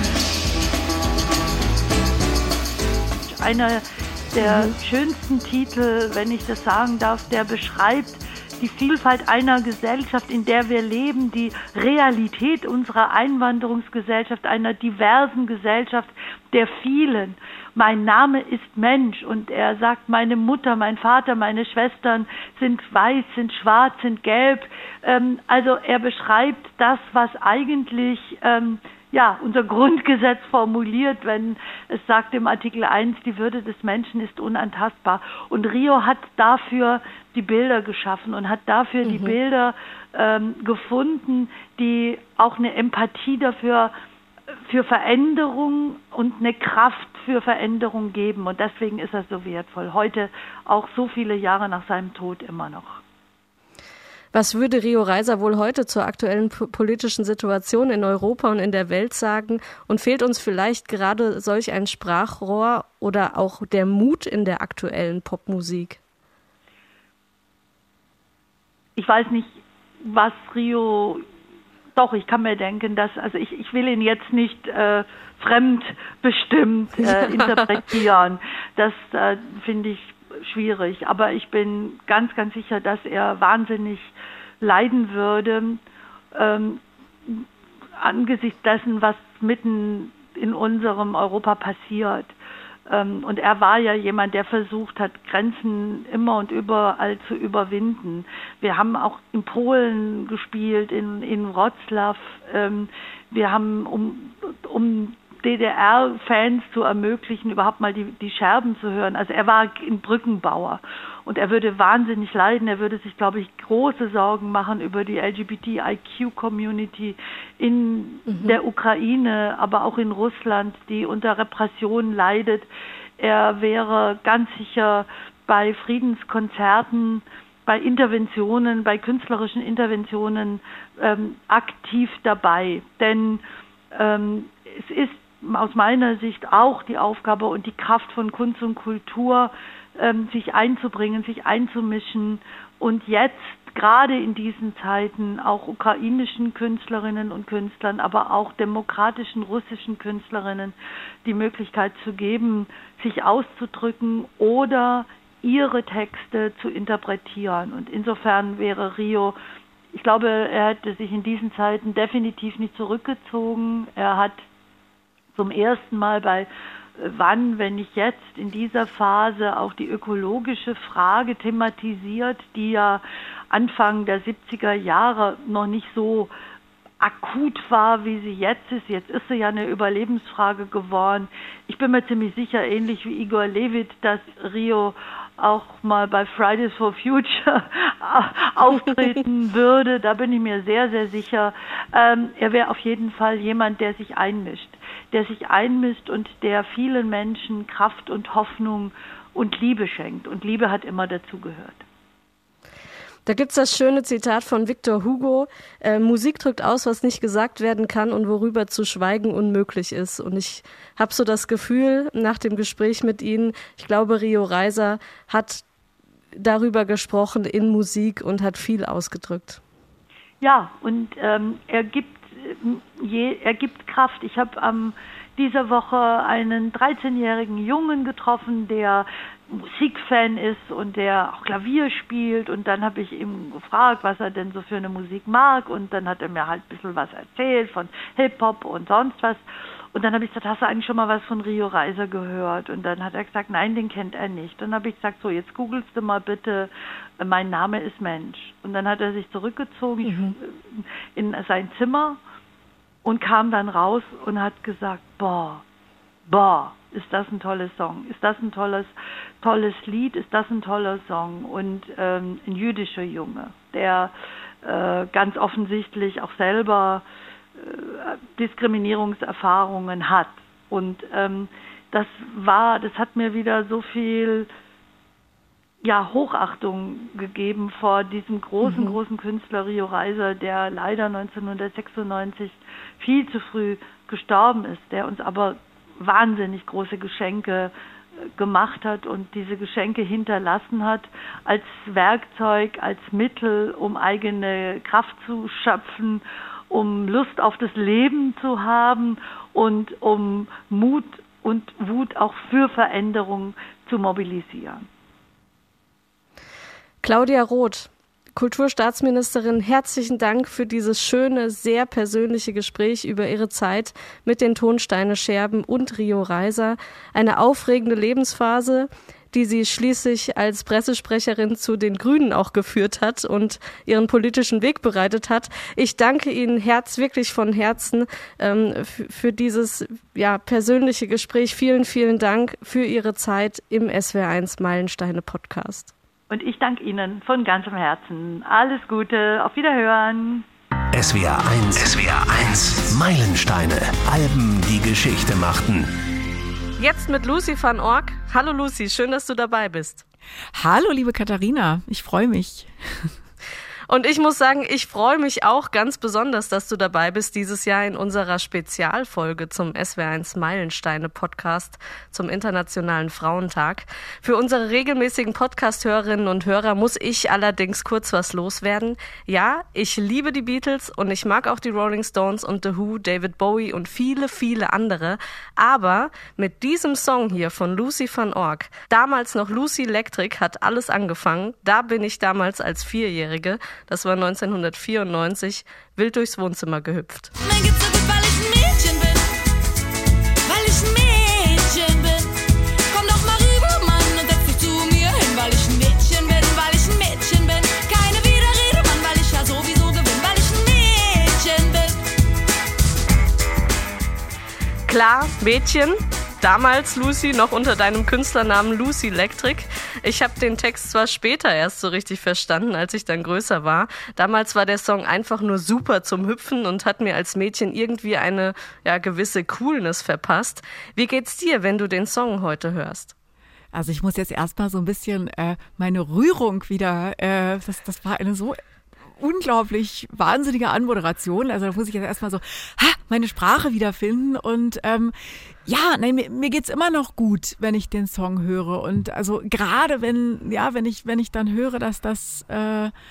Mensch. Einer der mhm. schönsten Titel, wenn ich das sagen darf, der beschreibt die Vielfalt einer Gesellschaft, in der wir leben, die Realität unserer Einwanderungsgesellschaft, einer diversen Gesellschaft der vielen. Mein Name ist Mensch und er sagt, meine Mutter, mein Vater, meine Schwestern sind weiß, sind schwarz, sind gelb. Ähm, also er beschreibt das, was eigentlich ähm, ja, unser Grundgesetz formuliert, wenn es sagt im Artikel eins, die Würde des Menschen ist unantastbar. Und Rio hat dafür die Bilder geschaffen und hat dafür mhm. die Bilder ähm, gefunden, die auch eine Empathie dafür für Veränderung und eine Kraft für Veränderung geben. Und deswegen ist er so wertvoll. Heute, auch so viele Jahre nach seinem Tod, immer noch. Was würde Rio Reiser wohl heute zur aktuellen politischen Situation in Europa und in der Welt sagen? Und fehlt uns vielleicht gerade solch ein Sprachrohr oder auch der Mut in der aktuellen Popmusik? Ich weiß nicht, was Rio... Doch, ich kann mir denken, dass, also ich, ich will ihn jetzt nicht äh, fremdbestimmt äh, interpretieren. Das äh, finde ich schwierig. Aber ich bin ganz, ganz sicher, dass er wahnsinnig leiden würde ähm, angesichts dessen, was mitten in unserem Europa passiert. Ähm, und er war ja jemand, der versucht hat, Grenzen immer und überall zu überwinden. Wir haben auch in Polen gespielt, in, in Wroclaw. Ähm, wir haben, um, um D D R-Fans zu ermöglichen, überhaupt mal die, die Scherben zu hören. Also er war ein Brückenbauer und er würde wahnsinnig leiden. Er würde sich, glaube ich, große Sorgen machen über die L G B T I Q-Community in mhm. der Ukraine, aber auch in Russland, die unter Repression leidet. Er wäre ganz sicher bei Friedenskonzerten, bei Interventionen, bei künstlerischen Interventionen ähm, aktiv dabei. Denn ähm, es ist aus meiner Sicht auch die Aufgabe und die Kraft von Kunst und Kultur, ähm, sich einzubringen, sich einzumischen und jetzt gerade in diesen Zeiten auch ukrainischen Künstlerinnen und Künstlern, aber auch demokratischen russischen Künstlerinnen die Möglichkeit zu geben, sich auszudrücken oder ihre Texte zu interpretieren. Und insofern wäre Rio, ich glaube, er hätte sich in diesen Zeiten definitiv nicht zurückgezogen. Er hat zum ersten Mal bei Wann, wenn nicht jetzt, in dieser Phase auch die ökologische Frage thematisiert, die ja Anfang der siebziger Jahre noch nicht so akut war, wie sie jetzt ist. Jetzt ist sie ja eine Überlebensfrage geworden. Ich bin mir ziemlich sicher, ähnlich wie Igor Levit, dass Rio auch mal bei Fridays for Future auftreten würde. Da bin ich mir sehr, sehr sicher. Ähm, er wäre auf jeden Fall jemand, der sich einmischt. der sich einmischt und der vielen Menschen Kraft und Hoffnung und Liebe schenkt. Und Liebe hat immer dazugehört. Da gibt's das schöne Zitat von Victor Hugo, äh, Musik drückt aus, was nicht gesagt werden kann und worüber zu schweigen unmöglich ist. Und ich habe so das Gefühl, nach dem Gespräch mit Ihnen, ich glaube, Rio Reiser hat darüber gesprochen in Musik und hat viel ausgedrückt. Ja, und ähm, er gibt Je, er gibt Kraft. Ich habe ähm, diese Woche einen dreizehnjährigen Jungen getroffen, der Musikfan ist und der auch Klavier spielt. Und dann habe ich ihm gefragt, was er denn so für eine Musik mag. Und dann hat er mir halt ein bisschen was erzählt von Hip-Hop und sonst was. Und dann habe ich gesagt, hast du eigentlich schon mal was von Rio Reiser gehört? Und dann hat er gesagt, nein, den kennt er nicht. Dann habe ich gesagt, so, jetzt googelst du mal bitte, mein Name ist Mensch. Und dann hat er sich zurückgezogen mhm. in sein Zimmer und kam dann raus und hat gesagt, boah, boah, ist das ein toller Song, ist das ein tolles, tolles Lied, ist das ein toller Song. Und ähm, ein jüdischer Junge, der äh, ganz offensichtlich auch selber äh, Diskriminierungserfahrungen hat. Und ähm, das war, das hat mir wieder so viel ja, Hochachtung gegeben vor diesem großen, mhm. großen Künstler Rio Reiser, der leider neunzehnhundertsechsundneunzig viel zu früh gestorben ist, der uns aber wahnsinnig große Geschenke gemacht hat und diese Geschenke hinterlassen hat als Werkzeug, als Mittel, um eigene Kraft zu schöpfen, um Lust auf das Leben zu haben und um Mut und Wut auch für Veränderung zu mobilisieren. Claudia Roth, Kulturstaatsministerin, herzlichen Dank für dieses schöne, sehr persönliche Gespräch über Ihre Zeit mit den Tonsteine Scherben und Rio Reiser. Eine aufregende Lebensphase, die Sie schließlich als Pressesprecherin zu den Grünen auch geführt hat und Ihren politischen Weg bereitet hat. Ich danke Ihnen herz, wirklich von Herzen ähm, f- für dieses ja, persönliche Gespräch. Vielen, vielen Dank für Ihre Zeit im S W R eins Meilensteine Podcast. Und ich danke Ihnen von ganzem Herzen. Alles Gute, auf Wiederhören. S W R eins, S W R eins Meilensteine, Alben, die Geschichte machten. Jetzt mit Lucy van Ork. Hallo Lucy, schön, dass du dabei bist. Hallo liebe Katharina, ich freue mich. Und ich muss sagen, ich freue mich auch ganz besonders, dass du dabei bist dieses Jahr in unserer Spezialfolge zum S W R eins Meilensteine Podcast zum Internationalen Frauentag. Für unsere regelmäßigen Podcast-Hörerinnen und Hörer muss ich allerdings kurz was loswerden. Ja, ich liebe die Beatles und ich mag auch die Rolling Stones und The Who, David Bowie und viele, viele andere. Aber mit diesem Song hier von Lucy van Ork, damals noch Lucy Electric, hat alles angefangen. Da bin ich damals als Vierjährige, das war neunzehnhundertvierundneunzig, wild durchs Wohnzimmer gehüpft. Mir geht's so gut, weil ich ein Mädchen bin. Weil ich ein Mädchen bin. Komm doch mal rüber, Mann, und setz dich zu mir hin. Weil ich ein Mädchen bin, weil ich ein Mädchen bin. Keine Widerrede, Mann, weil ich ja sowieso gewinn. Weil ich ein Mädchen bin. Klar, Mädchen. Damals, Lucy, noch unter deinem Künstlernamen Lucy Electric. Ich habe den Text zwar später erst so richtig verstanden, als ich dann größer war. Damals war der Song einfach nur super zum Hüpfen und hat mir als Mädchen irgendwie eine ja, gewisse Coolness verpasst. Wie geht's dir, wenn du den Song heute hörst? Also ich muss jetzt erstmal so ein bisschen äh, meine Rührung wieder, äh, das, das war eine so unglaublich wahnsinnige Anmoderation. Also da muss ich jetzt erstmal so ha, meine Sprache wiederfinden. Und ähm, ja, nein, mir, mir geht's immer noch gut, wenn ich den Song höre. Und also gerade wenn, ja, wenn ich, wenn ich dann höre, dass das äh,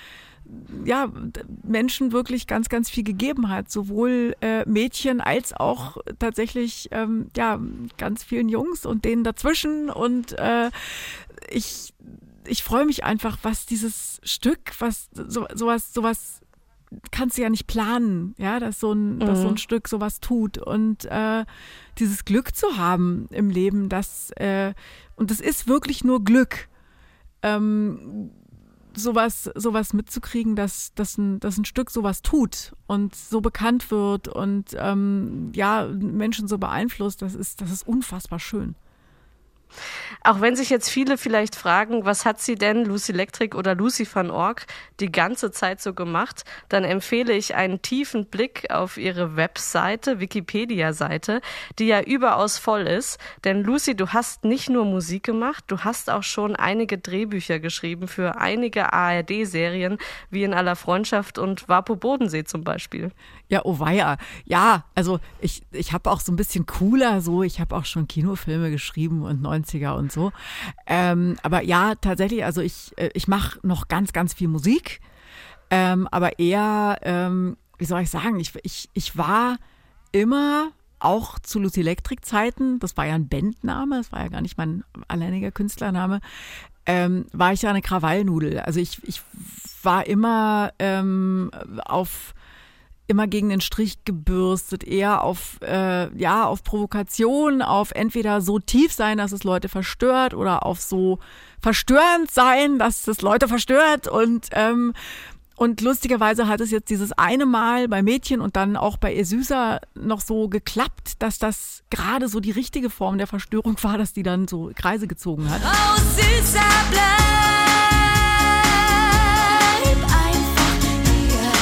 ja, Menschen wirklich ganz, ganz viel gegeben hat. Sowohl äh, Mädchen als auch tatsächlich ähm, ja, ganz vielen Jungs und denen dazwischen. Und äh, ich, ich freue mich einfach, was dieses Stück, was so, sowas, sowas kannst du ja nicht planen, ja, dass so ein, mhm. dass so ein Stück sowas tut. Und äh, dieses Glück zu haben im Leben, das äh, und es ist wirklich nur Glück. Ähm, sowas, sowas mitzukriegen, dass, dass, ein, dass ein Stück sowas tut und so bekannt wird und ähm, ja, Menschen so beeinflusst, das ist, das ist unfassbar schön. Auch wenn sich jetzt viele vielleicht fragen, was hat sie denn, Lucy Electric oder Lucy van Ork, die ganze Zeit so gemacht, dann empfehle ich einen tiefen Blick auf ihre Webseite, Wikipedia-Seite, die ja überaus voll ist. Denn Lucy, du hast nicht nur Musik gemacht, du hast auch schon einige Drehbücher geschrieben für einige A R D-Serien, wie In aller Freundschaft und Vapo Bodensee zum Beispiel. Ja, oh weia. Ja, also ich, ich habe auch so ein bisschen cooler so, ich habe auch schon Kinofilme geschrieben und neunziger und so. Ähm, aber ja, tatsächlich, also ich, ich mache noch ganz, ganz viel Musik, ähm, aber eher, ähm, wie soll ich sagen, ich, ich, ich war immer auch zu Lucy Electric Zeiten, das war ja ein Bandname, das war ja gar nicht mein alleiniger Künstlername, ähm, war ich ja eine Krawallnudel. Also ich, ich war immer ähm, auf immer gegen den Strich gebürstet, eher auf, äh, ja, auf Provokation, auf entweder so tief sein, dass es Leute verstört oder auf so verstörend sein, dass es Leute verstört und, ähm, und lustigerweise hat es jetzt dieses eine Mal bei Mädchen und dann auch bei Esüsa noch so geklappt, dass das gerade so die richtige Form der Verstörung war, dass die dann so Kreise gezogen hat. Oh, süßer, bleib einfach hier.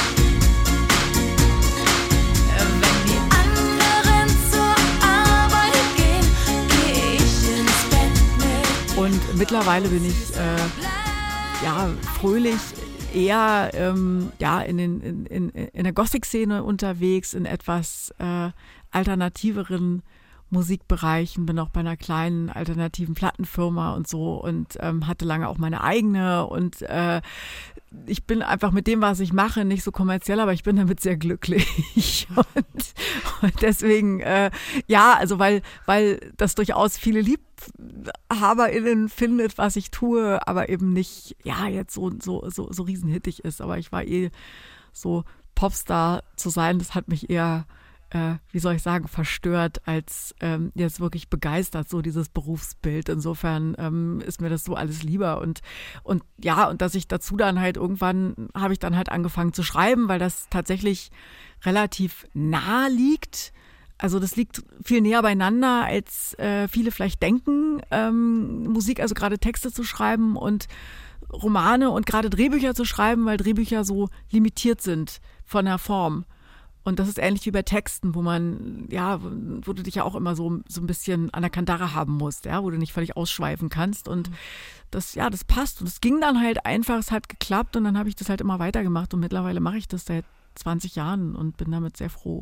Wenn die anderen zur Arbeit gehen, geh ich ins Bett mit. Und mittlerweile bin ich äh, ja fröhlich eher ähm, ja, in, den, in, in, in der Gothic-Szene unterwegs, in etwas äh, alternativeren Musikbereichen, bin auch bei einer kleinen alternativen Plattenfirma und so und ähm, hatte lange auch meine eigene und äh, ich bin einfach mit dem, was ich mache, nicht so kommerziell, aber ich bin damit sehr glücklich und, und deswegen, äh, ja, also weil, weil das durchaus viele LiebhaberInnen findet, was ich tue, aber eben nicht, ja, jetzt so, so, so, so riesenhittig ist, aber ich war eh so Popstar zu sein, das hat mich eher Äh, wie soll ich sagen, verstört, als ähm, jetzt wirklich begeistert, so dieses Berufsbild. Insofern ähm, ist mir das so alles lieber. Und, und ja, und dass ich dazu dann halt irgendwann, habe ich dann halt angefangen zu schreiben, weil das tatsächlich relativ nah liegt. Also das liegt viel näher beieinander, als äh, viele vielleicht denken, ähm, Musik, also gerade Texte zu schreiben und Romane und gerade Drehbücher zu schreiben, weil Drehbücher so limitiert sind von der Form. Und das ist ähnlich wie bei Texten, wo man, ja, wo du dich ja auch immer so, so ein bisschen an der Kandare haben musst, ja, wo du nicht völlig ausschweifen kannst. Und das, ja, das passt. Und es ging dann halt einfach, es hat geklappt und dann habe ich das halt immer weitergemacht. Und mittlerweile mache ich das seit zwanzig Jahren und bin damit sehr froh.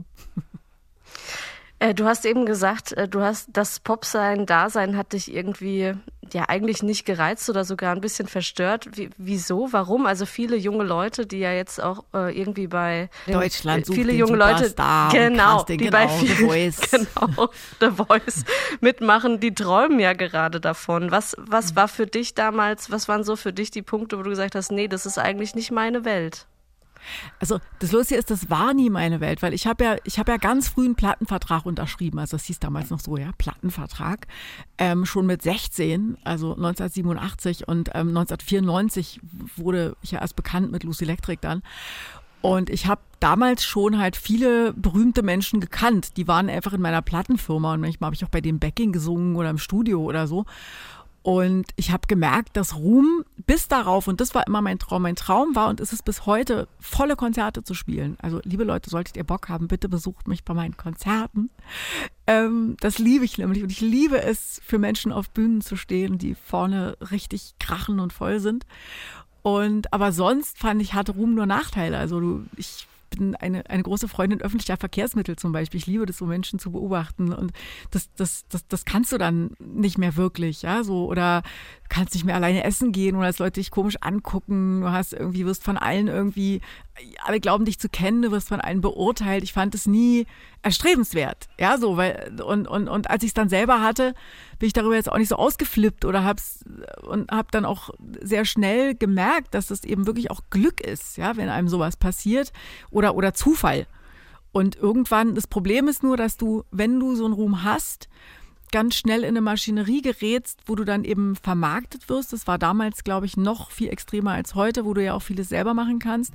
Äh, du hast eben gesagt, äh, du hast das Popsein-Dasein hat dich irgendwie ja eigentlich nicht gereizt oder sogar ein bisschen verstört. Wie, wieso? Warum? Also viele junge Leute, die ja jetzt auch äh, irgendwie bei Deutschland sucht viele den junge Leute, genau, die genau, bei The Voice. genau The Voice mitmachen, die träumen ja gerade davon. Was was war für dich damals? Was waren so für dich die Punkte, wo du gesagt hast, nee, das ist eigentlich nicht meine Welt? Also das Lustige ist, das war nie meine Welt, weil ich habe ja, ich habe ja ganz früh einen Plattenvertrag unterschrieben, also das hieß damals noch so, ja, Plattenvertrag, ähm, schon mit sechzehn, also neunzehnhundertsiebenundachtzig und ähm, neunzehnhundertvierundneunzig wurde ich ja erst bekannt mit Lucy Electric dann. Und ich habe damals schon halt viele berühmte Menschen gekannt, die waren einfach in meiner Plattenfirma und manchmal habe ich auch bei dem Backing gesungen oder im Studio oder so. Und ich habe gemerkt, dass Ruhm bis darauf, und das war immer mein Traum, mein Traum war und ist es bis heute, volle Konzerte zu spielen. Also liebe Leute, solltet ihr Bock haben, bitte besucht mich bei meinen Konzerten. Ähm, das liebe ich nämlich und ich liebe es, für Menschen auf Bühnen zu stehen, die vorne richtig krachen und voll sind. Und aber sonst fand ich, hatte Ruhm nur Nachteile. Also du, ich bin eine, eine große Freundin öffentlicher Verkehrsmittel zum Beispiel. Ich liebe das, so Menschen zu beobachten und das, das, das, das kannst du dann nicht mehr wirklich, ja, so oder kannst nicht mehr alleine essen gehen oder dass Leute dich komisch angucken. Du hast irgendwie, wirst von allen irgendwie, alle glauben dich zu kennen, du wirst von allen beurteilt. Ich fand es nie erstrebenswert. Ja, so, weil, und, und, und als ich es dann selber hatte, bin ich darüber jetzt auch nicht so ausgeflippt oder hab's und hab dann auch sehr schnell gemerkt, dass es eben wirklich auch Glück ist, ja, wenn einem sowas passiert oder, oder Zufall. Und irgendwann, das Problem ist nur, dass du, wenn du so einen Ruhm hast, ganz schnell in eine Maschinerie gerätst, wo du dann eben vermarktet wirst. Das war damals, glaube ich, noch viel extremer als heute, wo du ja auch vieles selber machen kannst.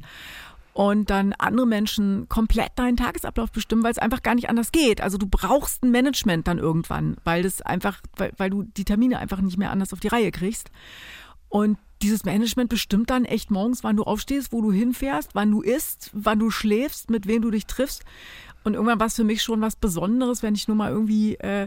Und dann andere Menschen komplett deinen Tagesablauf bestimmen, weil es einfach gar nicht anders geht. Also du brauchst ein Management dann irgendwann, weil das einfach, weil, weil du die Termine einfach nicht mehr anders auf die Reihe kriegst. Und dieses Management bestimmt dann echt morgens, wann du aufstehst, wo du hinfährst, wann du isst, wann du schläfst, mit wem du dich triffst. Und irgendwann war es für mich schon was Besonderes, wenn ich nur mal irgendwie äh,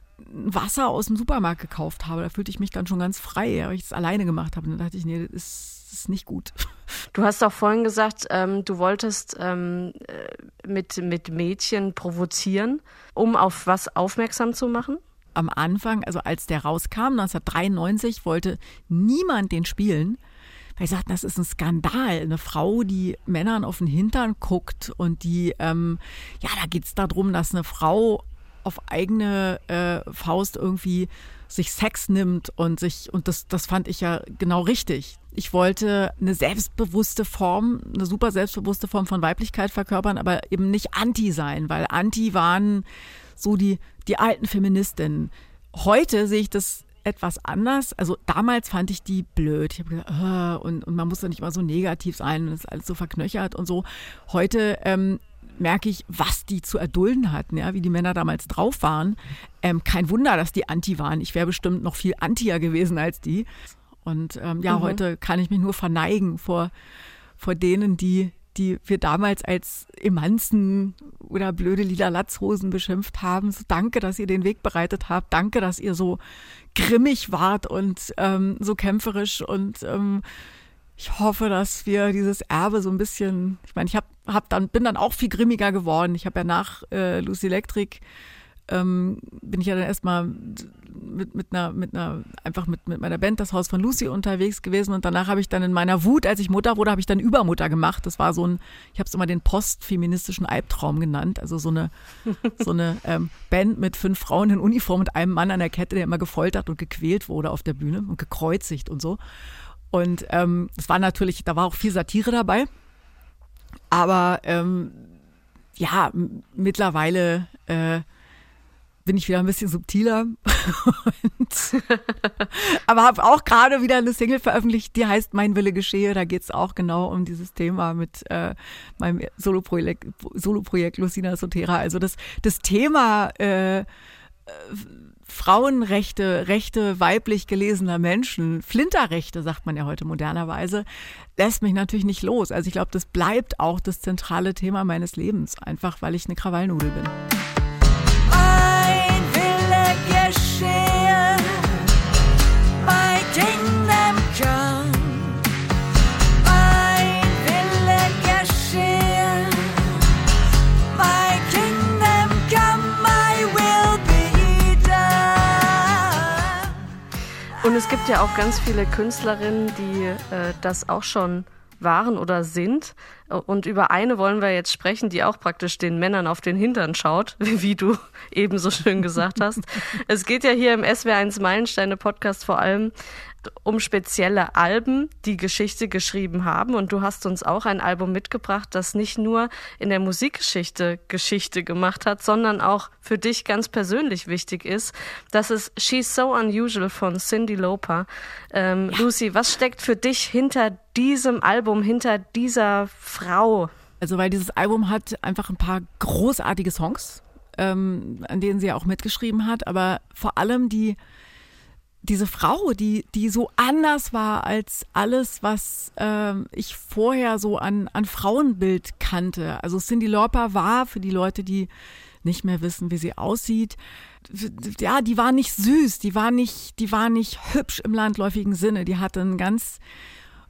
Wasser aus dem Supermarkt gekauft habe. Da fühlte ich mich dann schon ganz frei, weil ich das alleine gemacht habe. Und dann dachte ich, nee, das ist, das ist nicht gut. Du hast auch vorhin gesagt, ähm, du wolltest ähm, mit, mit Mädchen provozieren, um auf was aufmerksam zu machen? Am Anfang, also als der rauskam, neunzehnhundertdreiundneunzig, wollte niemand den spielen. Weil sie sagten, das ist ein Skandal. Eine Frau, die Männern auf den Hintern guckt und die, ähm, ja, da geht es darum, dass eine Frau auf eigene äh, Faust irgendwie sich Sex nimmt und sich, und das, das fand ich ja genau richtig. Ich wollte eine selbstbewusste Form, eine super selbstbewusste Form von Weiblichkeit verkörpern, aber eben nicht anti sein, weil anti waren so die, die alten Feministinnen. Heute sehe ich das etwas anders. Also damals fand ich die blöd. Ich habe gesagt, oh, und, und man muss doch nicht immer so negativ sein und das ist alles so verknöchert und so. Heute ähm, merke ich, was die zu erdulden hatten, ja, wie die Männer damals drauf waren. Ähm, kein Wunder, dass die anti waren. Ich wäre bestimmt noch viel antier gewesen als die. Und ähm, ja, mhm. heute kann ich mich nur verneigen vor, vor denen, die, die wir damals als Emanzen oder blöde lila Latzhosen beschimpft haben. So, danke, dass ihr den Weg bereitet habt. Danke, dass ihr so grimmig wart und ähm, so kämpferisch und ähm, ich hoffe, dass wir dieses Erbe so ein bisschen, ich meine, ich hab, hab dann, bin dann auch viel grimmiger geworden. Ich habe ja nach äh, Lucy Electric, ähm, bin ich ja dann erstmal mit, mit einer, mit einer, einfach mit, mit meiner Band, das Haus von Lucy, unterwegs gewesen und danach habe ich dann in meiner Wut, als ich Mutter wurde, habe ich dann Übermutter gemacht. Das war so ein, ich habe es immer den postfeministischen Albtraum genannt, also so eine, so eine ähm, Band mit fünf Frauen in Uniform und einem Mann an der Kette, der immer gefoltert und gequält wurde auf der Bühne und gekreuzigt und so. Und ähm, es war natürlich, da war auch viel Satire dabei, aber ähm, ja, m- mittlerweile äh, bin ich wieder ein bisschen subtiler. und, aber habe auch gerade wieder eine Single veröffentlicht, die heißt Mein Wille geschehe. Da geht es auch genau um dieses Thema mit äh, meinem Soloprojekt, Soloprojekt Lucina Sotera. Also das, das Thema äh, Frauenrechte, Rechte weiblich gelesener Menschen, Flinterrechte, sagt man ja heute modernerweise, lässt mich natürlich nicht los. Also ich glaube, das bleibt auch das zentrale Thema meines Lebens, einfach weil ich eine Krawallnudel bin. Mein Wille geschehe, my kingdom come. Mein Wille geschehe, my kingdom come, my will be done. Und es gibt ja auch ganz viele Künstlerinnen, die äh, das auch schon waren oder sind. Und über eine wollen wir jetzt sprechen, die auch praktisch den Männern auf den Hintern schaut, wie du eben so schön gesagt hast. Es geht ja hier im S W R eins Meilensteine-Podcast vor allem um spezielle Alben, die Geschichte geschrieben haben. Und du hast uns auch ein Album mitgebracht, das nicht nur in der Musikgeschichte Geschichte gemacht hat, sondern auch für dich ganz persönlich wichtig ist. Das ist She's So Unusual von Cyndi Lauper. Ähm, ja. Lucy, was steckt für dich hinter diesem Album, hinter dieser Frau? Also weil dieses Album hat einfach ein paar großartige Songs, ähm, an denen sie ja auch mitgeschrieben hat, aber vor allem die diese Frau, die die so anders war als alles, was ähm, ich vorher so an an Frauenbild kannte. Also Cyndi Lauper war, für die Leute, die nicht mehr wissen, wie sie aussieht, ja, die war nicht süß, die war nicht, die war nicht hübsch im landläufigen Sinne. Die hatte einen ganz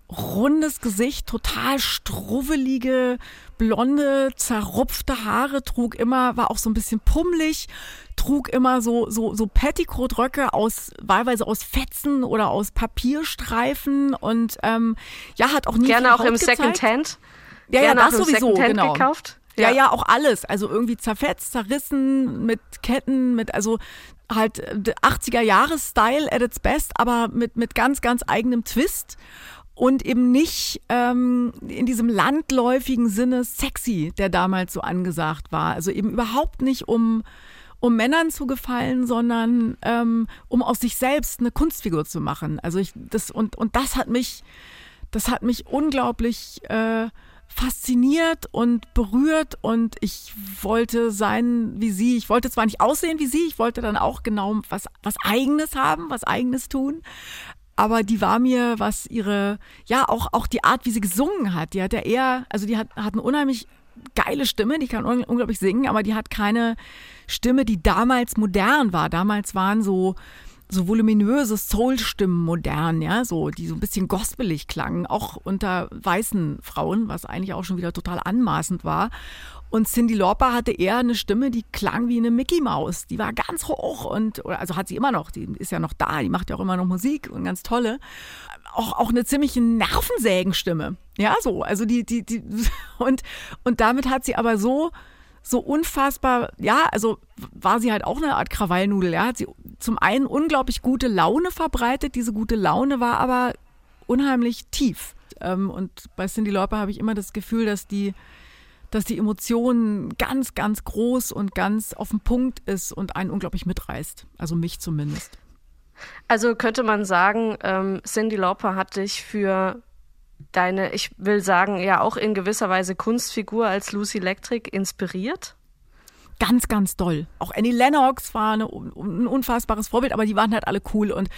rundes Gesicht, total struvvelige, blonde, zerrupfte Haare, trug immer, war auch so ein bisschen pummelig, trug immer so, so, so Petticoat-Röcke aus, wahlweise aus Fetzen oder aus Papierstreifen und, ähm, ja, hat auch nie Gerne viel auch Haut im gezeigt. Secondhand. Ja, ja, Gerne das auch im sowieso, Secondhand genau. gekauft. Ja, ja, auch alles. Also irgendwie zerfetzt, zerrissen, mit Ketten, mit, also halt achtziger-Jahres-Style at its best, aber mit, mit ganz, ganz eigenem Twist. Und eben nicht ähm, in diesem landläufigen Sinne sexy, der damals so angesagt war. Also eben überhaupt nicht um, um Männern zu gefallen, sondern ähm, um aus sich selbst eine Kunstfigur zu machen. Also ich das und und das hat mich, das hat mich unglaublich äh, fasziniert und berührt und ich wollte sein wie sie. Ich wollte zwar nicht aussehen wie sie, ich wollte dann auch genau was was Eigenes haben, was Eigenes tun. Aber die war mir, was ihre, ja, auch, auch die Art, wie sie gesungen hat, die hat ja eher, also die hat, hat eine unheimlich geile Stimme, die kann un- unglaublich singen, aber die hat keine Stimme, die damals modern war. Damals waren so, so voluminöse Soul-Stimmen modern, ja, so, die so ein bisschen gospelig klangen, auch unter weißen Frauen, was eigentlich auch schon wieder total anmaßend war. Und Cyndi Lauper hatte eher eine Stimme, die klang wie eine Mickey Maus. Die war ganz hoch und, oder also hat sie immer noch, die ist ja noch da, die macht ja auch immer noch Musik und ganz tolle. Auch, auch eine ziemliche Nervensägenstimme. Ja, so, also die, die, die, und, und damit hat sie aber so, so unfassbar, ja, also war sie halt auch eine Art Krawallnudel, ja, hat sie zum einen unglaublich gute Laune verbreitet, diese gute Laune war aber unheimlich tief. Und bei Cyndi Lauper habe ich immer das Gefühl, dass die, dass die Emotion ganz, ganz groß und ganz auf den Punkt ist und einen unglaublich mitreißt. Also mich zumindest. Also könnte man sagen, ähm, Cyndi Lauper hat dich für deine, ich will sagen, ja auch in gewisser Weise Kunstfigur als Lucy Electric inspiriert? Ganz, ganz doll. Auch Annie Lennox war eine, ein unfassbares Vorbild, aber die waren halt alle cool. Und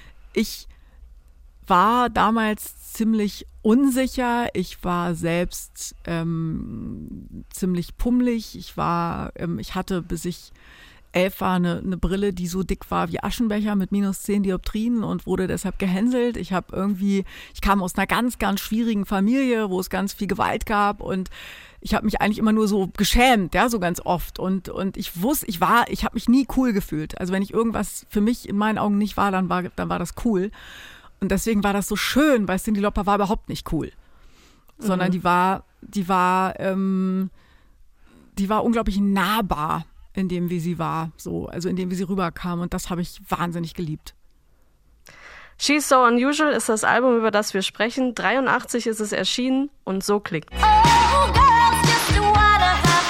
ich war damals ziemlich unsicher. Ich war selbst ähm, ziemlich pummelig. Ich war, ähm, ich hatte, bis ich elf war, eine, eine Brille, die so dick war wie Aschenbecher mit minus zehn Dioptrien und wurde deshalb gehänselt. Ich habe irgendwie, ich kam aus einer ganz, ganz schwierigen Familie, wo es ganz viel Gewalt gab und ich habe mich eigentlich immer nur so geschämt, ja, so ganz oft. Und, und ich wusste, ich war, ich habe mich nie cool gefühlt. Also wenn ich irgendwas für mich in meinen Augen nicht war, dann war, dann war das cool. Und deswegen war das so schön, weil Cyndi Lauper war überhaupt nicht cool. Sondern mhm. die war, die war, ähm, die war unglaublich nahbar in dem, wie sie war. So, also in dem, wie sie rüberkam. Und das habe ich wahnsinnig geliebt. She's So Unusual ist das Album, über das wir sprechen. dreiundachtzig ist es erschienen und so klingt. Oh, girls just wanna have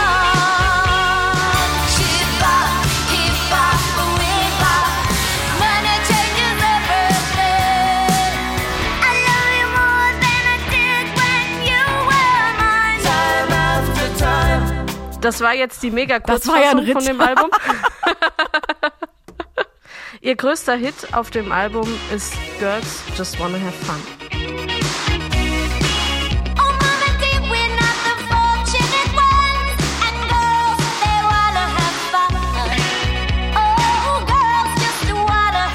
fun. She bop, he bop, we bop. Money changes everything. I love you more than I did when you were mine. Time after time. Das war jetzt die mega Das war ja ein Kurzfassung von Ritt. dem Album. Ihr größter Hit auf dem Album ist Girls Just Wanna Have Fun. Oh, mama, dear, we're not the fortunate ones. And girls, they wanna have fun. Oh, girls just wanna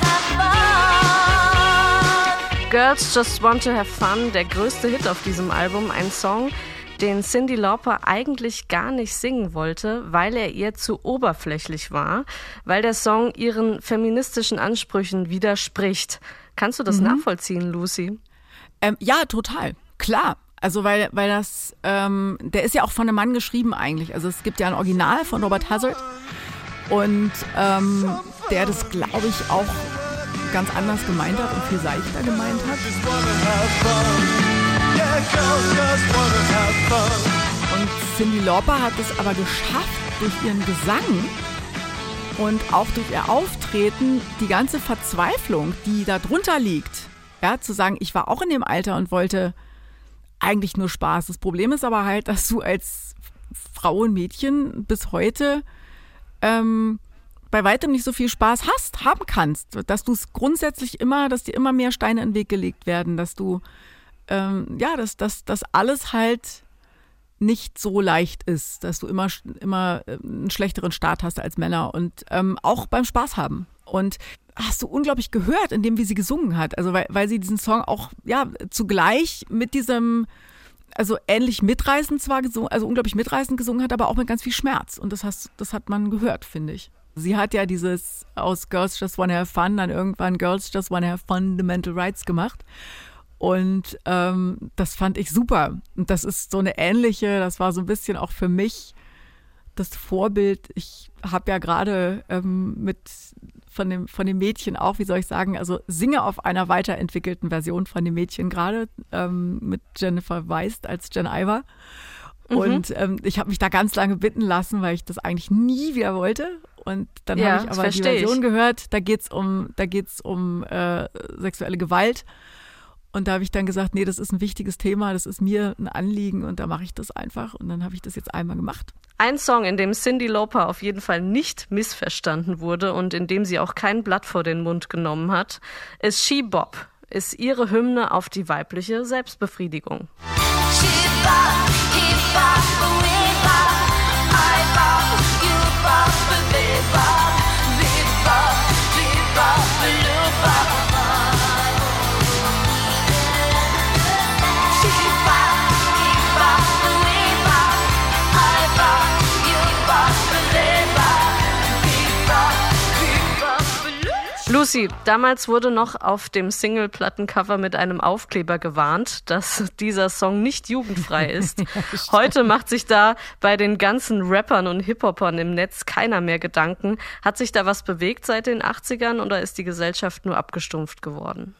have fun. Girls Just Want to Have Fun, der größte Hit auf diesem Album, ein Song, den Cyndi Lauper eigentlich gar nicht singen wollte, weil er ihr zu oberflächlich war, weil der Song ihren feministischen Ansprüchen widerspricht. Kannst du das Mhm. nachvollziehen, Lucy? Ähm, ja, total. Klar. Also weil, weil das, ähm, der ist ja auch von einem Mann geschrieben eigentlich. Also es gibt ja ein Original von Robert Hazard und ähm, der das, glaube ich, auch ganz anders gemeint hat und viel seichter gemeint hat. Und Cyndi Lauper hat es aber geschafft, durch ihren Gesang und auch durch ihr Auftreten die ganze Verzweiflung, die da drunter liegt, ja, zu sagen, ich war auch in dem Alter und wollte eigentlich nur Spaß. Das Problem ist aber halt, dass du als Frau und Mädchen bis heute ähm, bei weitem nicht so viel Spaß hast, haben kannst. Dass du es grundsätzlich immer, dass dir immer mehr Steine in den Weg gelegt werden, dass du Ähm, ja, dass, dass, dass alles halt nicht so leicht ist, dass du immer, immer einen schlechteren Start hast als Männer und ähm, auch beim Spaß haben. Und hast du unglaublich gehört, in dem, wie sie gesungen hat. Also weil, weil sie diesen Song auch ja zugleich mit diesem, also ähnlich mitreißend zwar gesungen, also unglaublich mitreißend gesungen hat, aber auch mit ganz viel Schmerz. Und das, hast, das hat man gehört, finde ich. Sie hat ja dieses aus Girls Just Wanna Have Fun dann irgendwann Girls Just Wanna Have Fundamental Rights gemacht. Und ähm, das fand ich super. Und das ist so eine ähnliche, das war so ein bisschen auch für mich das Vorbild. Ich habe ja gerade ähm, mit von dem, von dem Mädchen auch, wie soll ich sagen, also singe auf einer weiterentwickelten Version von dem Mädchen gerade ähm, mit Jennifer Weist als Jen Iver. Mhm. Und ähm, ich habe mich da ganz lange bitten lassen, weil ich das eigentlich nie wieder wollte. Und dann ja, habe ich aber die Version ich. gehört, da geht's um, da geht's um äh, sexuelle Gewalt. Und da habe ich dann gesagt, nee, das ist ein wichtiges Thema, das ist mir ein Anliegen und da mache ich das einfach. Und dann habe ich das jetzt einmal gemacht. Ein Song, in dem Cyndi Lauper auf jeden Fall nicht missverstanden wurde und in dem sie auch kein Blatt vor den Mund genommen hat, ist She Bop, ist ihre Hymne auf die weibliche Selbstbefriedigung. She bop, he bop, we bop, I bop, you bop, they bop, we bop, we bop, you bop. Lucy, damals wurde noch auf dem Single-Plattencover mit einem Aufkleber gewarnt, dass dieser Song nicht jugendfrei ist. Heute macht sich da bei den ganzen Rappern und Hip-Hopern im Netz keiner mehr Gedanken. Hat sich da was bewegt seit den achtzigern oder ist die Gesellschaft nur abgestumpft geworden?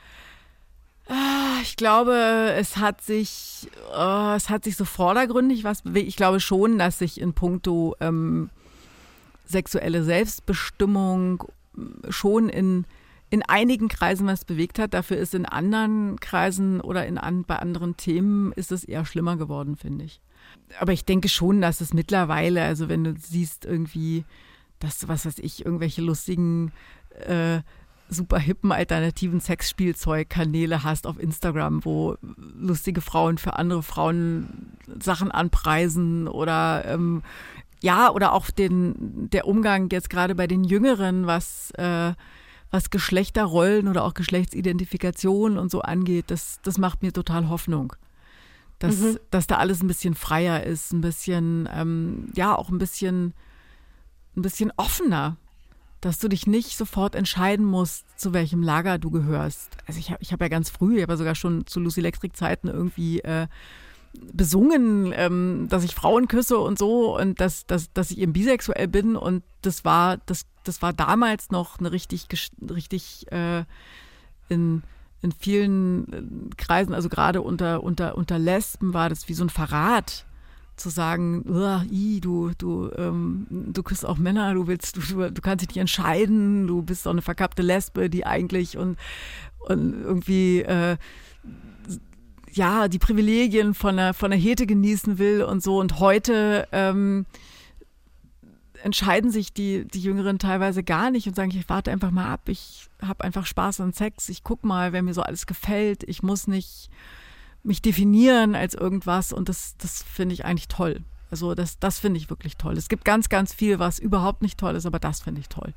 Ich glaube, es hat sich, äh, es hat sich so vordergründig was bewegt. Ich glaube schon, dass sich in puncto ähm, sexuelle Selbstbestimmung schon in, in einigen Kreisen was bewegt hat. Dafür ist in anderen Kreisen oder in an, bei anderen Themen ist es eher schlimmer geworden, finde ich. Aber ich denke schon, dass es mittlerweile, also wenn du siehst irgendwie, dass, was weiß ich, irgendwelche lustigen, äh, super hippen alternativen Sexspielzeugkanäle hast auf Instagram, wo lustige Frauen für andere Frauen Sachen anpreisen oder ähm, ja, oder auch den, der Umgang jetzt gerade bei den Jüngeren, was, äh, was Geschlechterrollen oder auch Geschlechtsidentifikation und so angeht, das, das macht mir total Hoffnung. Dass, mhm. dass da alles ein bisschen freier ist, ein bisschen, ähm, ja, auch ein bisschen, ein bisschen offener. Dass du dich nicht sofort entscheiden musst, zu welchem Lager du gehörst. Also ich habe ich hab ja ganz früh, ich habe ja sogar schon zu Lucy Electric Zeiten irgendwie äh, besungen, ähm, dass ich Frauen küsse und so und dass, dass, dass ich eben bisexuell bin und das war, das, das war damals noch eine richtig, richtig äh, in, in vielen Kreisen, also gerade unter, unter, unter Lesben war das wie so ein Verrat, zu sagen, i, du, du, ähm, du küsst auch Männer, du willst, du, du kannst dich nicht entscheiden, du bist doch eine verkappte Lesbe, die eigentlich und, und irgendwie äh, ja, die Privilegien von der, von der Hete genießen will und so. Und heute ähm, entscheiden sich die, die Jüngeren teilweise gar nicht und sagen, ich warte einfach mal ab, ich habe einfach Spaß an Sex, ich guck mal, wer mir so alles gefällt, ich muss nicht mich definieren als irgendwas und das, das finde ich eigentlich toll. Also das, das finde ich wirklich toll. Es gibt ganz, ganz viel, was überhaupt nicht toll ist, aber das finde ich toll.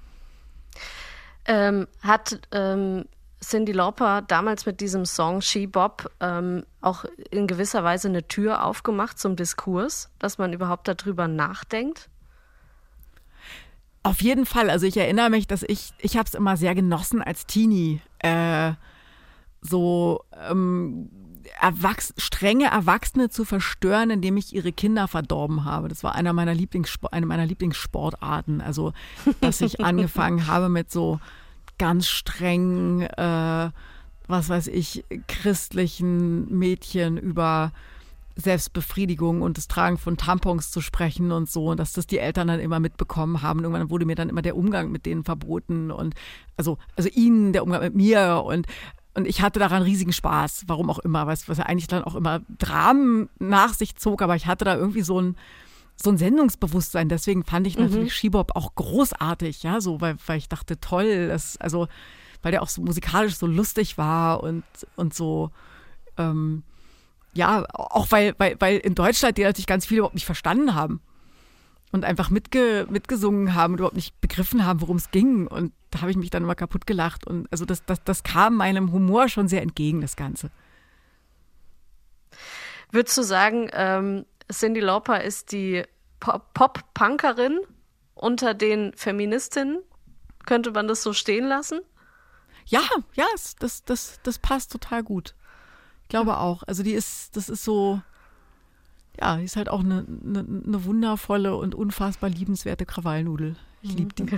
Ähm, hat ähm Cyndi Lauper damals mit diesem Song She Bop ähm, auch in gewisser Weise eine Tür aufgemacht zum Diskurs, dass man überhaupt darüber nachdenkt? Auf jeden Fall. Also ich erinnere mich, dass ich, ich habe es immer sehr genossen als Teenie, äh, so ähm, Erwachs- strenge Erwachsene zu verstören, indem ich ihre Kinder verdorben habe. Das war einer meiner Lieblingssport- eine meiner Lieblingssportarten. Also dass ich angefangen habe mit so ganz streng, äh, was weiß ich, christlichen Mädchen über Selbstbefriedigung und das Tragen von Tampons zu sprechen und so, und dass das die Eltern dann immer mitbekommen haben. Irgendwann wurde mir dann immer der Umgang mit denen verboten und also, also ihnen der Umgang mit mir und Und ich hatte daran riesigen Spaß, warum auch immer, was, was ja eigentlich dann auch immer Dramen nach sich zog, aber ich hatte da irgendwie so ein so ein Sendungsbewusstsein, deswegen fand ich natürlich mhm. She Bop auch großartig, ja, so, weil, weil ich dachte, toll, das, also, weil der auch so musikalisch so lustig war und, und so, ähm, ja, auch weil, weil, weil in Deutschland die natürlich ganz viele überhaupt nicht verstanden haben. und einfach mitge, mitgesungen haben und überhaupt nicht begriffen haben, worum es ging. Und da habe ich mich dann immer kaputt gelacht. Und also das, das, das kam meinem Humor schon sehr entgegen, das Ganze. Würdest du sagen, ähm, Cyndi Lauper ist die Pop- Pop-Punkerin unter den Feministinnen? Könnte man das so stehen lassen? Ja, ja, das, das, das passt total gut. Ich glaube auch. Also die ist, das ist so, ja, die ist halt auch eine, eine, eine wundervolle und unfassbar liebenswerte Krawallnudel. Ich liebe die.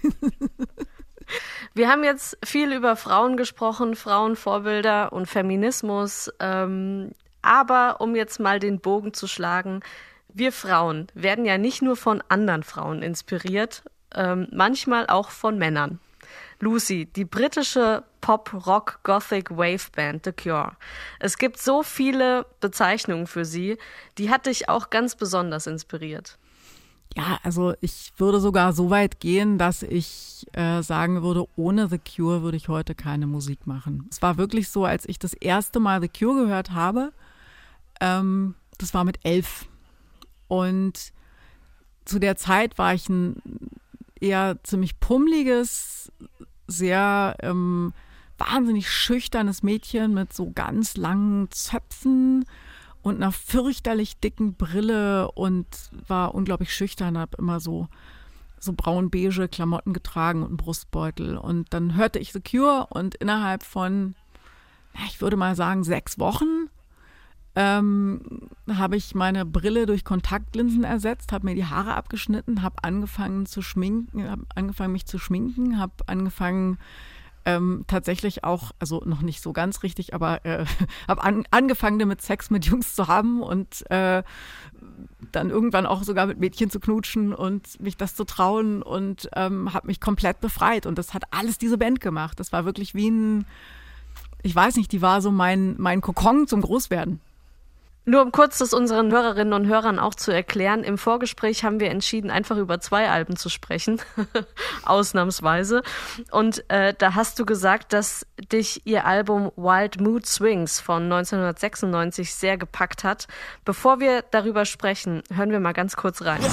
Wir haben jetzt viel über Frauen gesprochen, Frauenvorbilder und Feminismus. Ähm, aber um jetzt mal den Bogen zu schlagen, wir Frauen werden ja nicht nur von anderen Frauen inspiriert, ähm, manchmal auch von Männern. Lucy, die britische Pop-Rock-Gothic-Wave-Band The Cure. Es gibt so viele Bezeichnungen für sie, die hat dich auch ganz besonders inspiriert. Ja, also ich würde sogar so weit gehen, dass ich äh, sagen würde, ohne The Cure würde ich heute keine Musik machen. Es war wirklich so, als ich das erste Mal The Cure gehört habe, ähm, das war mit elf. Und zu der Zeit war ich ein eher ziemlich pummeliges, sehr ähm, wahnsinnig schüchternes Mädchen mit so ganz langen Zöpfen und einer fürchterlich dicken Brille und war unglaublich schüchtern, habe immer so, so braun-beige Klamotten getragen und einen Brustbeutel. Und dann hörte ich The Cure und innerhalb von, ich würde mal sagen, sechs Wochen ähm, habe ich meine Brille durch Kontaktlinsen ersetzt, habe mir die Haare abgeschnitten, habe angefangen zu schminken, habe angefangen mich zu schminken, habe angefangen ähm, tatsächlich auch, also noch nicht so ganz richtig, aber äh, habe an, angefangen damit Sex mit Jungs zu haben und äh, dann irgendwann auch sogar mit Mädchen zu knutschen und mich das zu trauen und ähm, habe mich komplett befreit und das hat alles diese Band gemacht. Das war wirklich wie ein, ich weiß nicht, die war so mein, mein Kokon zum Großwerden. Nur um kurz das unseren Hörerinnen und Hörern auch zu erklären, im Vorgespräch haben wir entschieden, einfach über zwei Alben zu sprechen, ausnahmsweise. Und äh, da hast du gesagt, dass dich ihr Album Wild Mood Swings von neunzehnhundertsechsundneunzig sehr gepackt hat. Bevor wir darüber sprechen, hören wir mal ganz kurz rein.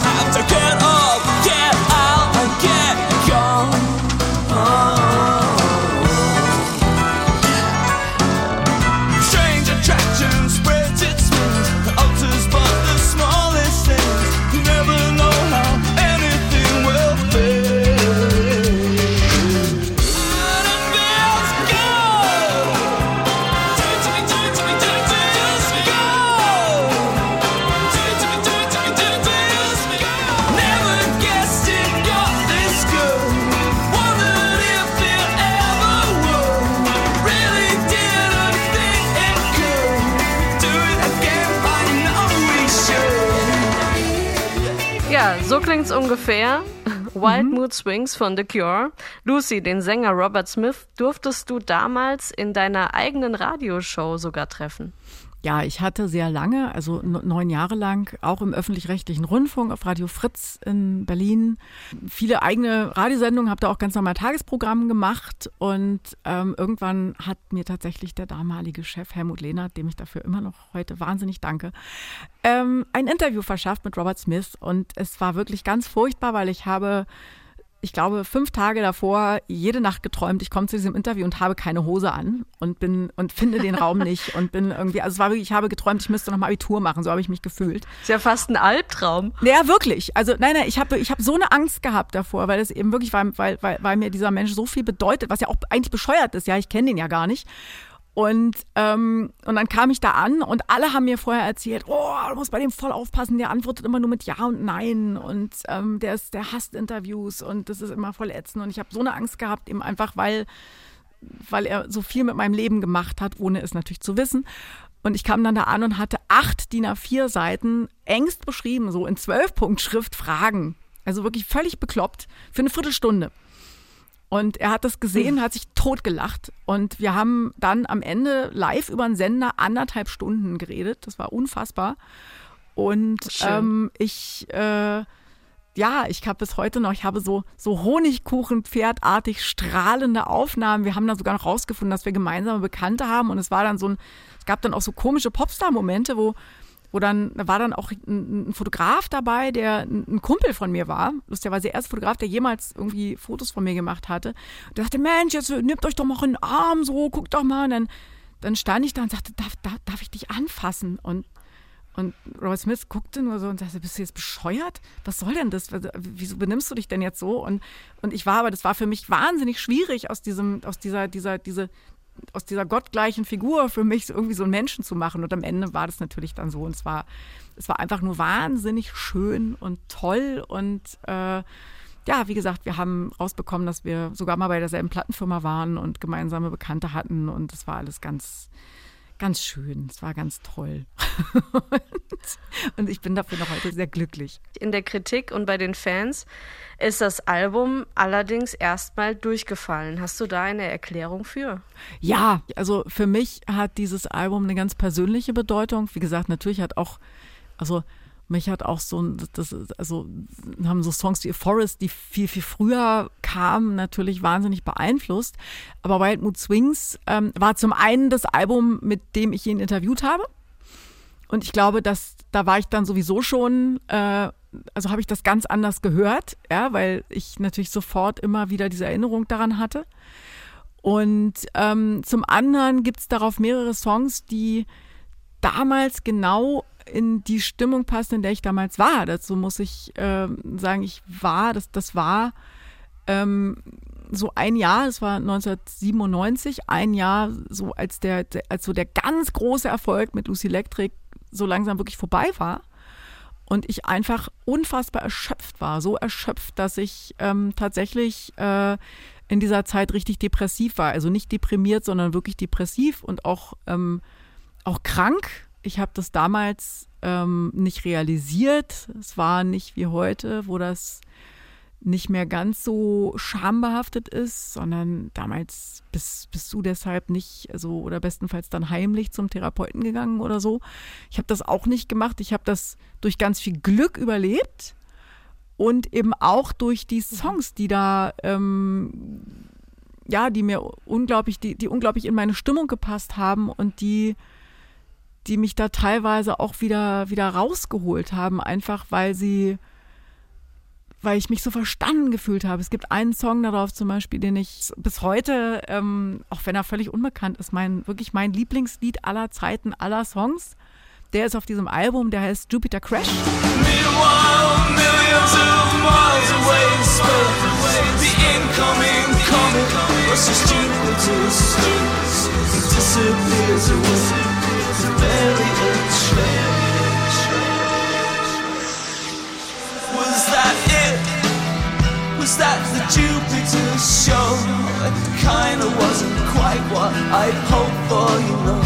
So klingt's ungefähr. Wild mhm. Mood Swings von The Cure. Lucy, den Sänger Robert Smith, durftest du damals in deiner eigenen Radioshow sogar treffen. Ja, ich hatte sehr lange, also neun Jahre lang, auch im öffentlich-rechtlichen Rundfunk auf Radio Fritz in Berlin, viele eigene Radiosendungen, habe da auch ganz normal Tagesprogramm gemacht und ähm, irgendwann hat mir tatsächlich der damalige Chef Helmut Lehnert, dem ich dafür immer noch heute wahnsinnig danke, ähm, ein Interview verschafft mit Robert Smith und es war wirklich ganz furchtbar, weil ich habe ich glaube, fünf Tage davor jede Nacht geträumt, ich komme zu diesem Interview und habe keine Hose an und bin und finde den Raum nicht und bin irgendwie, also es war wirklich, ich habe geträumt, ich müsste noch mal Abitur machen, so habe ich mich gefühlt. Ist ja fast ein Albtraum. Ja, wirklich. Also nein, nein, ich habe ich habe so eine Angst gehabt davor, weil es eben wirklich, weil, weil, weil, weil mir dieser Mensch so viel bedeutet, was ja auch eigentlich bescheuert ist, ja, ich kenne den ja gar nicht. Und, ähm, und dann kam ich da an und alle haben mir vorher erzählt, oh, du musst bei dem voll aufpassen, der antwortet immer nur mit Ja und Nein und ähm, der, ist, der hasst Interviews und das ist immer voll ätzend. Und ich habe so eine Angst gehabt, eben einfach, weil, weil er so viel mit meinem Leben gemacht hat, ohne es natürlich zu wissen. Und ich kam dann da an und hatte acht D I N A vier Seiten engst beschrieben, so in zwölf-Punkt-Schrift Fragen. Also wirklich völlig bekloppt für eine Viertelstunde. Und er hat das gesehen, hat sich totgelacht. Und wir haben dann am Ende live über einen Sender anderthalb Stunden geredet. Das war unfassbar. Und ähm, ich, äh, ja, ich habe bis heute noch, ich habe so, so Honigkuchenpferdartig strahlende Aufnahmen. Wir haben da sogar noch rausgefunden, dass wir gemeinsame Bekannte haben. Und es war dann so ein, es gab dann auch so komische Popstar-Momente, wo wo dann, da war dann auch ein, ein Fotograf dabei, der ein Kumpel von mir war. Lustigerweise der erste Fotograf, der jemals irgendwie Fotos von mir gemacht hatte. Und der dachte, Mensch, jetzt nehmt euch doch mal in den Arm, so, guckt doch mal. Und dann, dann stand ich da und sagte, darf, darf, darf ich dich anfassen? Und, und Robert Smith guckte nur so und sagte, bist du jetzt bescheuert? Was soll denn das? Wieso benimmst du dich denn jetzt so? Und, und ich war aber, das war für mich wahnsinnig schwierig, aus diesem, aus dieser, dieser, diese, aus dieser gottgleichen Figur für mich so irgendwie so einen Menschen zu machen. Und am Ende war das natürlich dann so. Und es war, es war einfach nur wahnsinnig schön und toll. Und äh, ja, wie gesagt, wir haben rausbekommen, dass wir sogar mal bei derselben Plattenfirma waren und gemeinsame Bekannte hatten. Und das war alles ganz, ganz schön. Es war ganz toll. Und ich bin dafür noch heute sehr glücklich. In der Kritik und bei den Fans ist das Album allerdings erstmal durchgefallen. Hast du da eine Erklärung für? Ja, also für mich hat dieses Album eine ganz persönliche Bedeutung. Wie gesagt, natürlich hat auch, also mich hat auch so, das, also haben so Songs wie A Forest, die viel, viel früher kamen, natürlich wahnsinnig beeinflusst. Aber Wild Mood Swings ähm, war zum einen das Album, mit dem ich ihn interviewt habe. Und ich glaube, dass da war ich dann sowieso schon, äh, also habe ich das ganz anders gehört, ja, weil ich natürlich sofort immer wieder diese Erinnerung daran hatte. Und ähm, zum anderen gibt es darauf mehrere Songs, die damals genau in die Stimmung passen, in der ich damals war. Dazu muss ich ähm, sagen, ich war, das, das war ähm, so ein Jahr, das war neunzehnhundertsiebenundneunzig, ein Jahr so als der, der als so der ganz große Erfolg mit Lucy Electric so langsam wirklich vorbei war und ich einfach unfassbar erschöpft war, so erschöpft, dass ich ähm, tatsächlich äh, in dieser Zeit richtig depressiv war, also nicht deprimiert, sondern wirklich depressiv und auch, ähm, auch krank. Ich habe das damals ähm, nicht realisiert, es war nicht wie heute, wo das nicht mehr ganz so schambehaftet ist, sondern damals bist, bist du deshalb nicht, also oder bestenfalls dann heimlich zum Therapeuten gegangen oder so. Ich habe das auch nicht gemacht. Ich habe das durch ganz viel Glück überlebt und eben auch durch die Songs, die da, ähm, ja, die mir unglaublich, die, die unglaublich in meine Stimmung gepasst haben und die, die mich da teilweise auch wieder, wieder rausgeholt haben, einfach weil sie weil ich mich so verstanden gefühlt habe. Es gibt einen Song darauf zum Beispiel, den ich bis heute, ähm, auch wenn er völlig unbekannt ist, mein, wirklich mein Lieblingslied aller Zeiten, aller Songs, der ist auf diesem Album, der heißt Jupiter Crash. Meanwhile, millions of miles away in space, the incoming comet rushes Jupiter's space, it disappears away to bury its trail. Was that it? Was that the Jupiter show? It kinda wasn't quite what I'd hoped for, you know.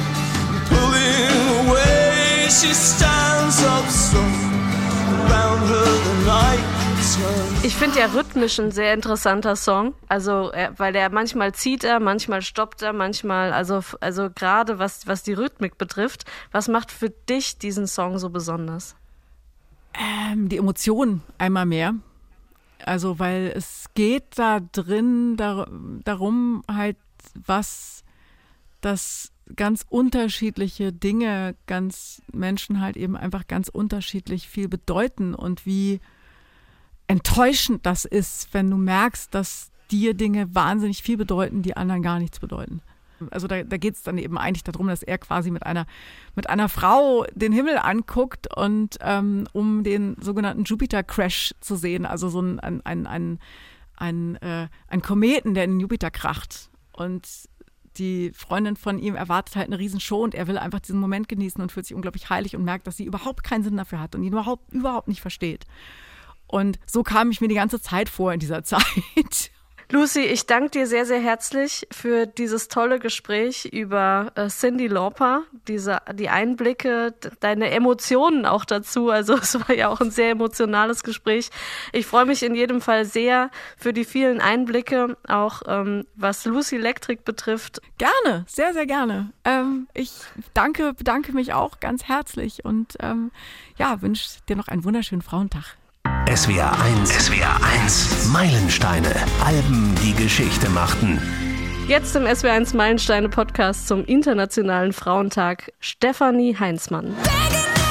Pulling away, she stands up so around her the night. Ich finde ja rhythmisch ein sehr interessanter Song, also er, weil er manchmal zieht er, manchmal stoppt er, manchmal, also also gerade was was die Rhythmik betrifft, was macht für dich diesen Song so besonders? Ähm, die Emotionen einmal mehr. Also, weil es geht da drin dar- darum halt, was das ganz unterschiedliche Dinge, ganz Menschen halt eben einfach ganz unterschiedlich viel bedeuten und wie enttäuschend das ist, wenn du merkst, dass dir Dinge wahnsinnig viel bedeuten, die anderen gar nichts bedeuten. Also da, da geht es dann eben eigentlich darum, dass er quasi mit einer, mit einer Frau den Himmel anguckt und ähm, um den sogenannten Jupiter Crash zu sehen, also so ein, ein, ein, ein, ein, äh, ein Kometen, der in den Jupiter kracht. Und die Freundin von ihm erwartet halt eine Riesenshow und er will einfach diesen Moment genießen und fühlt sich unglaublich heilig und merkt, dass sie überhaupt keinen Sinn dafür hat und ihn überhaupt, überhaupt nicht versteht. Und so kam ich mir die ganze Zeit vor in dieser Zeit. Lucy, ich danke dir sehr, sehr herzlich für dieses tolle Gespräch über äh, Cyndi Lauper, diese, die Einblicke, deine Emotionen auch dazu. Also es war ja auch ein sehr emotionales Gespräch. Ich freue mich in jedem Fall sehr für die vielen Einblicke, auch ähm, was Lucy Electric betrifft. Gerne, sehr, sehr gerne. Ähm, ich danke, bedanke mich auch ganz herzlich und ähm, ja, wünsche dir noch einen wunderschönen Frauentag. S W R eins, S W R eins, Meilensteine, Alben, die Geschichte machten. Jetzt im S W R eins Meilensteine Podcast zum Internationalen Frauentag Stefanie Heinzmann. Begging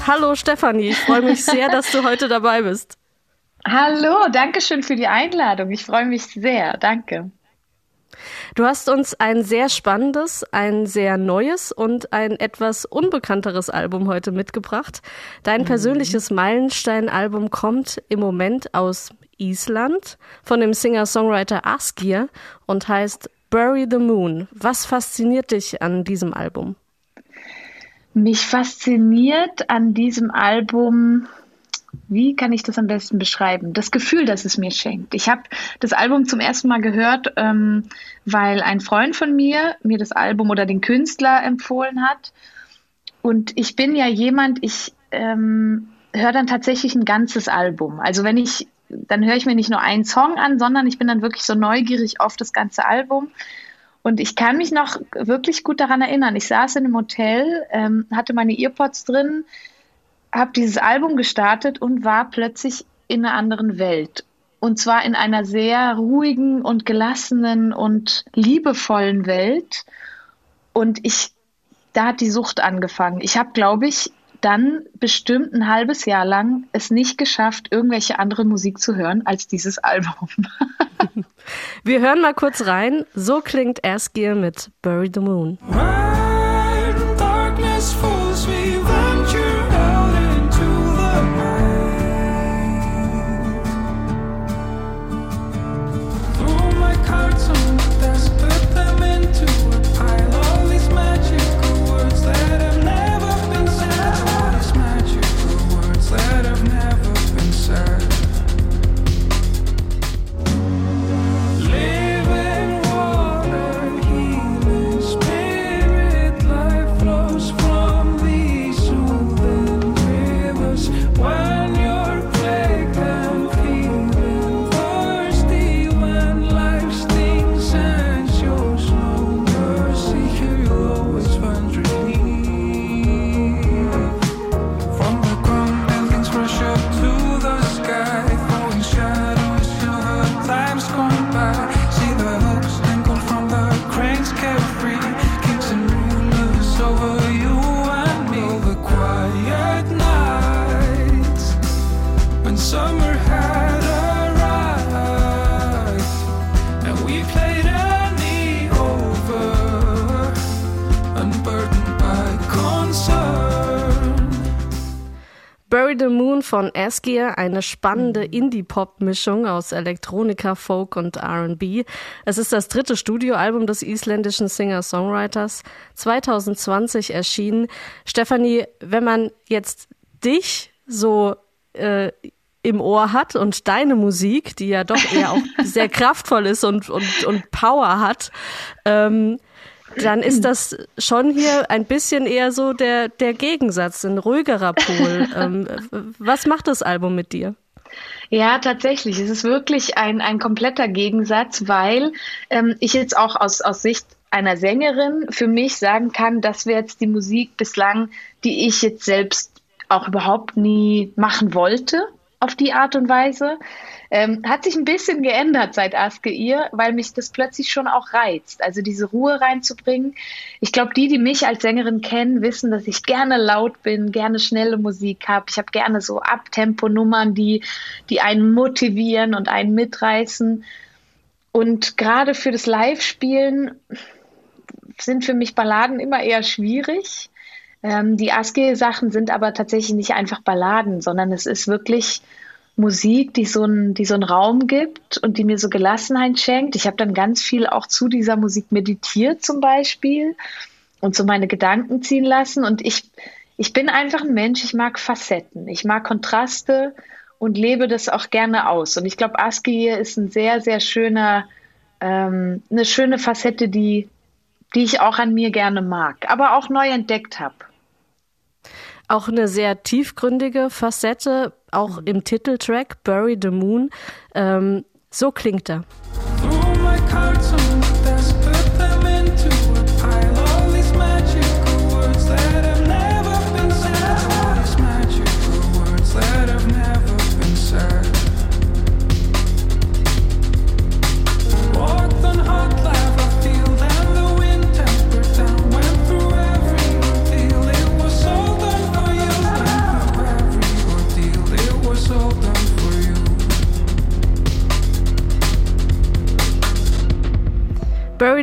Hallo Stefanie, ich freue mich sehr, dass du heute dabei bist. Hallo, danke schön für die Einladung. Ich freue mich sehr. Danke. Du hast uns ein sehr spannendes, ein sehr neues und ein etwas unbekannteres Album heute mitgebracht. Dein persönliches Meilenstein-Album kommt im Moment aus Island von dem Singer-Songwriter Ásgeir und heißt Bury the Moon. Was fasziniert dich an diesem Album? Mich fasziniert an diesem Album, wie kann ich das am besten beschreiben? Das Gefühl, das es mir schenkt. Ich habe das Album zum ersten Mal gehört, ähm, weil ein Freund von mir mir das Album oder den Künstler empfohlen hat. Und ich bin ja jemand, ich ähm, höre dann tatsächlich ein ganzes Album. Also wenn ich, dann höre ich mir nicht nur einen Song an, sondern ich bin dann wirklich so neugierig auf das ganze Album. Und ich kann mich noch wirklich gut daran erinnern. Ich saß in einem Hotel, ähm, hatte meine Earpods drin, habe dieses Album gestartet und war plötzlich in einer anderen Welt. Und zwar in einer sehr ruhigen und gelassenen und liebevollen Welt. Und ich, da hat die Sucht angefangen. Ich habe, glaube ich, dann bestimmt ein halbes Jahr lang es nicht geschafft, irgendwelche andere Musik zu hören als dieses Album. Wir hören mal kurz rein. So klingt Ásgeir mit Bury the Moon. When darkness falls, we venture out into the night. Throw my cards on the desk, put them into a pile. All these magical words that have never been said. All these magical words that have never been said. Living water, healing spirit, life flows from these soothing rivers. When you're plagued and feeling thirsty, when life stings and shows no mercy, here you'll always find relief. From the ground, buildings rush up to the sky, throwing shadows, silver times gone by. See the hooks dangled from the cranes, carefree, kings and rulers over you and me. All the quiet nights when summer had arrived, and we played Annie over, unburdened by concern. Bury the Moon von Ásgeir, eine spannende Indie-Pop-Mischung aus Elektronika, Folk und R and B. Es ist das dritte Studioalbum des isländischen Singer-Songwriters, zwanzig zwanzig erschienen. Stefanie, wenn man jetzt dich so äh, im Ohr hat und deine Musik, die ja doch eher auch sehr kraftvoll ist und, und, und Power hat, ähm, dann ist das schon hier ein bisschen eher so der, der Gegensatz, ein ruhigerer Pol. ähm, was macht das Album mit dir? Ja, tatsächlich. Es ist wirklich ein, ein kompletter Gegensatz, weil ähm, ich jetzt auch aus, aus Sicht einer Sängerin für mich sagen kann, das wäre jetzt die Musik bislang, die ich jetzt selbst auch überhaupt nie machen wollte auf die Art und Weise. Ähm, hat sich ein bisschen geändert seit Ásgeir, weil mich das plötzlich schon auch reizt, also diese Ruhe reinzubringen. Ich glaube, die, die mich als Sängerin kennen, wissen, dass ich gerne laut bin, gerne schnelle Musik habe. Ich habe gerne so Abtempo-Nummern, die, die einen motivieren und einen mitreißen. Und gerade für das Live-Spielen sind für mich Balladen immer eher schwierig. Ähm, die Ásgeir-Sachen sind aber tatsächlich nicht einfach Balladen, sondern es ist wirklich Musik, die so einen, die so einen Raum gibt und die mir so Gelassenheit schenkt. Ich habe dann ganz viel auch zu dieser Musik meditiert zum Beispiel und so meine Gedanken ziehen lassen. Und ich, ich bin einfach ein Mensch, ich mag Facetten, ich mag Kontraste und lebe das auch gerne aus. Und ich glaube, Ásgeir ist ein sehr, sehr schöner, ähm, eine schöne Facette, die, die ich auch an mir gerne mag, aber auch neu entdeckt habe. Auch eine sehr tiefgründige Facette, auch im Titeltrack Bury the Moon. Ähm, so klingt er.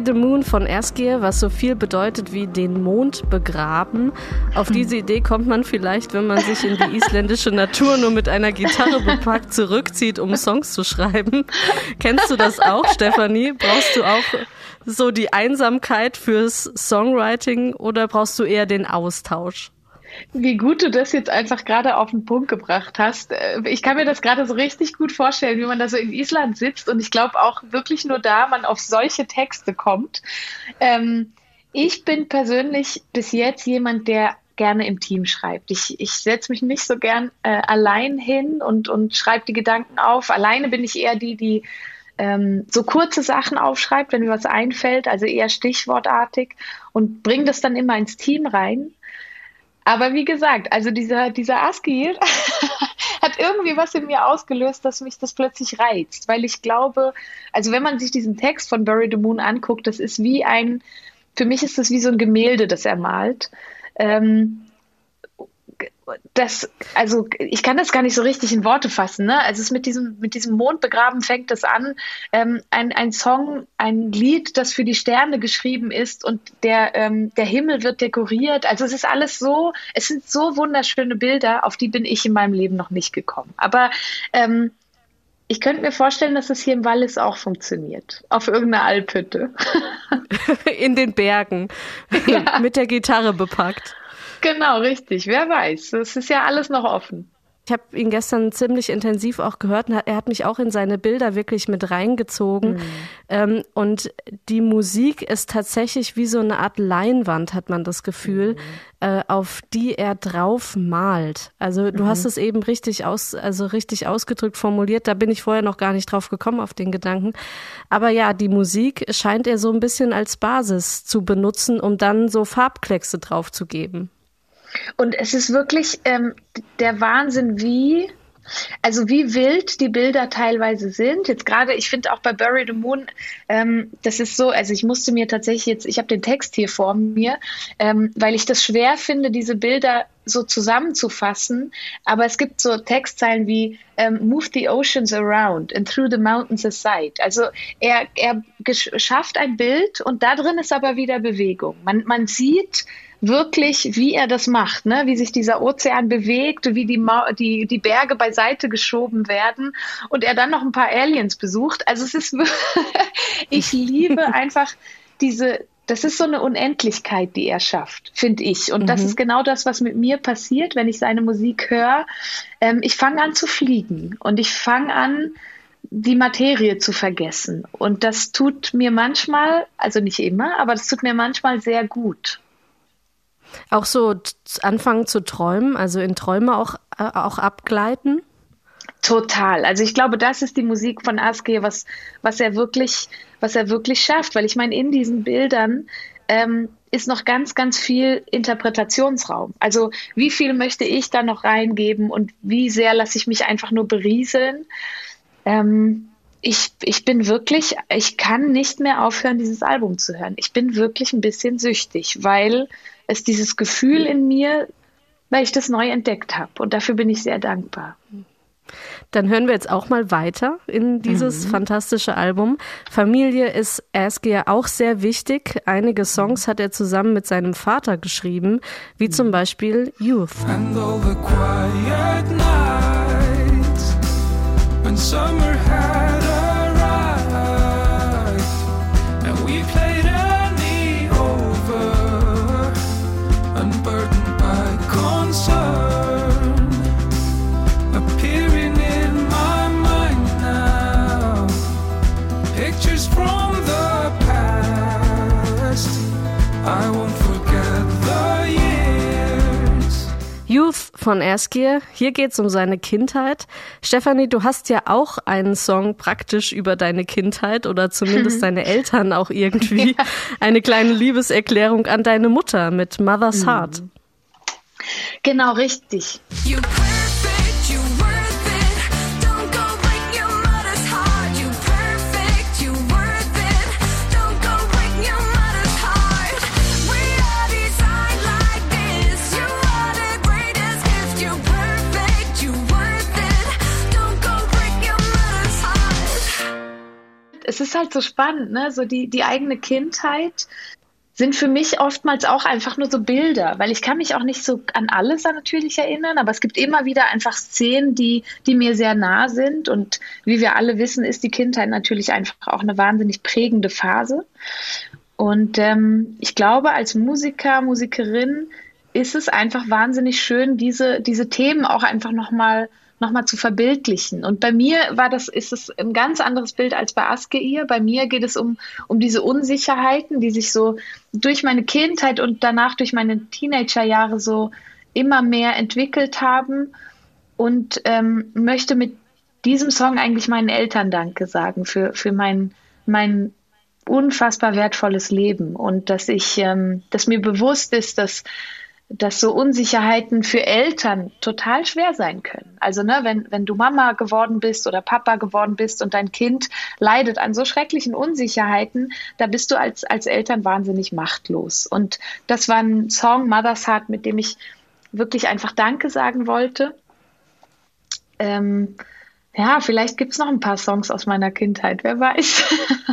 the Moon von Asgeir, was so viel bedeutet wie den Mond begraben. Auf diese Idee kommt man vielleicht, wenn man sich in die isländische Natur nur mit einer Gitarre bepackt zurückzieht, um Songs zu schreiben. Kennst du das auch, Stefanie? Brauchst du auch so die Einsamkeit fürs Songwriting oder brauchst du eher den Austausch? Wie gut du das jetzt einfach gerade auf den Punkt gebracht hast. Ich kann mir das gerade so richtig gut vorstellen, wie man da so in Island sitzt und ich glaube auch wirklich nur da man auf solche Texte kommt. Ähm, ich bin persönlich bis jetzt jemand, der gerne im Team schreibt. Ich, ich setze mich nicht so gern äh, allein hin und, und schreibe die Gedanken auf. Alleine bin ich eher die, die ähm, so kurze Sachen aufschreibt, wenn mir was einfällt, also eher stichwortartig und bringe das dann immer ins Team rein. Aber wie gesagt, also dieser, dieser Asgeir hat irgendwie was in mir ausgelöst, dass mich das plötzlich reizt. Weil ich glaube, also wenn man sich diesen Text von Bury the Moon anguckt, das ist wie ein, für mich ist das wie so ein Gemälde, das er malt. Ähm, das, also ich kann das gar nicht so richtig in Worte fassen. Ne? Also es ist mit diesem, mit diesem Mond begraben fängt es an. Ähm, ein, ein Song, ein Lied, das für die Sterne geschrieben ist und der, ähm, der Himmel wird dekoriert. Also es ist alles so, es sind so wunderschöne Bilder, auf die bin ich in meinem Leben noch nicht gekommen. Aber ähm, ich könnte mir vorstellen, dass es hier im Wallis auch funktioniert. Auf irgendeiner Alphütte. In den Bergen. Ja. Mit der Gitarre bepackt. Genau, richtig. Wer weiß. Das ist ja alles noch offen. Ich habe ihn gestern ziemlich intensiv auch gehört und er hat mich auch in seine Bilder wirklich mit reingezogen. Mhm. Ähm, und die Musik ist tatsächlich wie so eine Art Leinwand, hat man das Gefühl, mhm. äh, auf die er drauf malt. Also du mhm. hast es eben richtig aus, also richtig ausgedrückt formuliert. Da bin ich vorher noch gar nicht drauf gekommen auf den Gedanken. Aber ja, die Musik scheint er so ein bisschen als Basis zu benutzen, um dann so Farbkleckse drauf zu geben. Und es ist wirklich ähm, der Wahnsinn, wie, also wie wild die Bilder teilweise sind. Jetzt gerade, ich finde auch bei Bury the Moon, ähm, das ist so, also ich musste mir tatsächlich jetzt, ich habe den Text hier vor mir, ähm, weil ich das schwer finde, diese Bilder so zusammenzufassen. Aber es gibt so Textzeilen wie ähm, Move the oceans around and through the mountains aside. Also er, er gesch- schafft ein Bild und da drin ist aber wieder Bewegung. Man, man sieht wirklich, wie er das macht, ne? Wie sich dieser Ozean bewegt, wie die, Ma- die, die Berge beiseite geschoben werden und er dann noch ein paar Aliens besucht. Also es ist, ich liebe einfach diese, das ist so eine Unendlichkeit, die er schafft, finde ich. Und mhm. das ist genau das, was mit mir passiert, wenn ich seine Musik höre. Ähm, ich fange an zu fliegen und ich fange an, die Materie zu vergessen. Und das tut mir manchmal, also nicht immer, aber das tut mir manchmal sehr gut. Auch so t- anfangen zu träumen, also in Träume auch, äh, auch abgleiten? Total. Also ich glaube, das ist die Musik von Asgeir, was, was er wirklich, was er wirklich schafft. Weil ich meine, in diesen Bildern ähm, ist noch ganz, ganz viel Interpretationsraum. Also wie viel möchte ich da noch reingeben und wie sehr lasse ich mich einfach nur berieseln? Ähm, ich, ich bin wirklich, ich kann nicht mehr aufhören, dieses Album zu hören. Ich bin wirklich ein bisschen süchtig, weil es dieses Gefühl in mir, weil ich das neu entdeckt habe. Und dafür bin ich sehr dankbar. Dann hören wir jetzt auch mal weiter in dieses mhm. fantastische Album. Familie ist Asgeir auch sehr wichtig. Einige Songs hat er zusammen mit seinem Vater geschrieben, wie zum Beispiel Youth. And all the quiet nights when summer had arrived and we played any over unburdened by concern appearing in my mind now pictures from the past I won't forget the years. Youth von Asgeir. Hier geht's um seine Kindheit. Stefanie, du hast ja auch einen Song praktisch über deine Kindheit oder zumindest deine Eltern auch irgendwie. Ja. Eine kleine Liebeserklärung an deine Mutter mit Mother's Heart. Genau, richtig. You perfect, you worth it. Don't go break your mother's heart. You perfect, you worth it. Don't go break your mother's heart. We are designed like this. You are the greatest gift. You perfect, you worth it. Don't go break your mother's heart. es ist halt so spannend, ne? So die, die eigene Kindheit sind für mich oftmals auch einfach nur so Bilder, weil ich kann mich auch nicht so an alles natürlich erinnern, aber es gibt immer wieder einfach Szenen, die, die mir sehr nah sind. Und wie wir alle wissen, ist die Kindheit natürlich einfach auch eine wahnsinnig prägende Phase. Und ähm, ich glaube, als Musiker, Musikerin ist es einfach wahnsinnig schön, diese, diese Themen auch einfach nochmal noch mal zu verbildlichen. Und bei mir war das, ist es ein ganz anderes Bild als bei Asgeir. Bei mir geht es um, um diese Unsicherheiten, die sich so durch meine Kindheit und danach durch meine Teenagerjahre so immer mehr entwickelt haben, und ähm, möchte mit diesem Song eigentlich meinen Eltern Danke sagen für, für mein, mein unfassbar wertvolles Leben, und dass ich, ähm, dass mir bewusst ist, dass dass so Unsicherheiten für Eltern total schwer sein können. Also ne, wenn, wenn du Mama geworden bist oder Papa geworden bist und dein Kind leidet an so schrecklichen Unsicherheiten, da bist du als, als Eltern wahnsinnig machtlos. Und das war ein Song, Mother's Heart, mit dem ich wirklich einfach Danke sagen wollte. Ähm, ja, vielleicht gibt es noch ein paar Songs aus meiner Kindheit, wer weiß.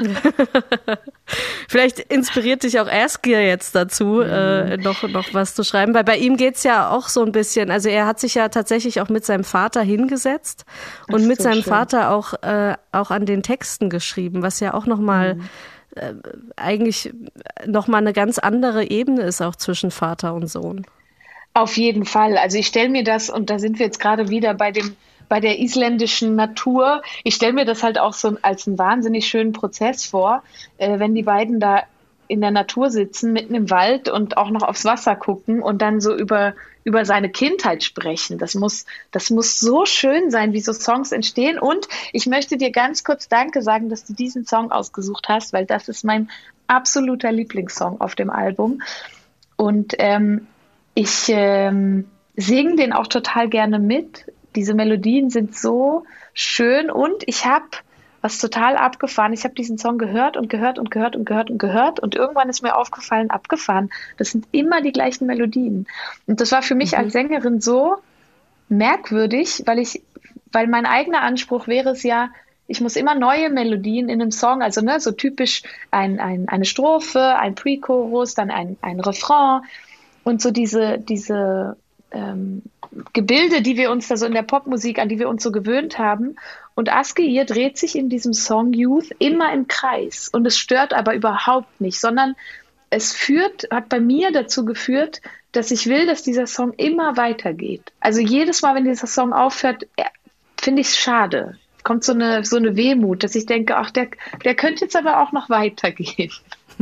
Vielleicht inspiriert dich auch Asgeir jetzt dazu, mhm. äh, noch, noch was zu schreiben, weil bei ihm geht's ja auch so ein bisschen, also er hat sich ja tatsächlich auch mit seinem Vater hingesetzt und mit so seinem schön. Vater auch, äh, auch an den Texten geschrieben, was ja auch nochmal mhm. äh, eigentlich nochmal eine ganz andere Ebene ist, auch zwischen Vater und Sohn. Auf jeden Fall. Also ich stelle mir das, und da sind wir jetzt gerade wieder bei dem bei der isländischen Natur. Ich stelle mir das halt auch so als einen wahnsinnig schönen Prozess vor, äh, wenn die beiden da in der Natur sitzen, mitten im Wald, und auch noch aufs Wasser gucken und dann so über, über seine Kindheit sprechen. Das muss, das muss so schön sein, wie so Songs entstehen. Und ich möchte dir ganz kurz Danke sagen, dass du diesen Song ausgesucht hast, weil das ist mein absoluter Lieblingssong auf dem Album. Und ähm, ich ähm, singe den auch total gerne mit. Diese Melodien sind so schön, und ich habe was total abgefahren. Ich habe diesen Song gehört und gehört und gehört und gehört und gehört, und irgendwann ist mir aufgefallen, abgefahren, das sind immer die gleichen Melodien. Und das war für mich mhm. als Sängerin so merkwürdig, weil ich, weil mein eigener Anspruch wäre es ja, ich muss immer neue Melodien in einem Song, also ne, so typisch ein, ein, eine Strophe, ein Pre-Chorus, dann ein, ein Refrain, und so diese, diese ähm, Gebilde, die wir uns da so in der Popmusik, an die wir uns so gewöhnt haben. Und Asgeir dreht sich in diesem Song Youth immer im Kreis, und es stört aber überhaupt nicht, sondern es führt, hat bei mir dazu geführt, dass ich will, dass dieser Song immer weitergeht. Also jedes Mal, wenn dieser Song aufhört, finde ich es schade. Kommt so eine, so eine Wehmut, dass ich denke, ach, der, der könnte jetzt aber auch noch weitergehen.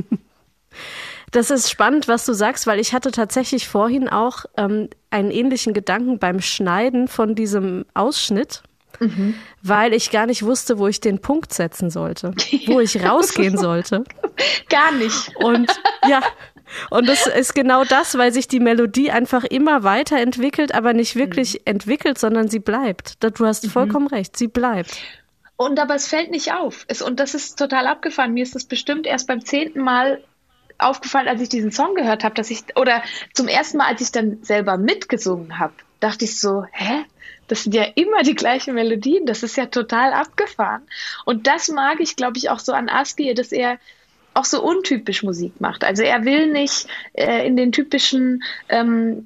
Das ist spannend, was du sagst, weil ich hatte tatsächlich vorhin auch ähm, einen ähnlichen Gedanken beim Schneiden von diesem Ausschnitt, mhm. weil ich gar nicht wusste, wo ich den Punkt setzen sollte, wo ich rausgehen sollte. Gar nicht. Und ja, und das ist genau das, weil sich die Melodie einfach immer weiterentwickelt, aber nicht wirklich mhm. entwickelt, sondern sie bleibt. Du hast mhm. vollkommen recht, sie bleibt. Und aber es fällt nicht auf. Es, und das ist total abgefahren. Mir ist das bestimmt erst beim zehnten Mal aufgefallen, als ich diesen Song gehört habe, dass ich, oder zum ersten Mal, als ich dann selber mitgesungen habe, dachte ich so, hä? Das sind ja immer die gleichen Melodien, das ist ja total abgefahren. Und das mag ich, glaube ich, auch so an Asgeir, dass er auch so untypisch Musik macht. Also er will nicht äh, in den typischen ähm,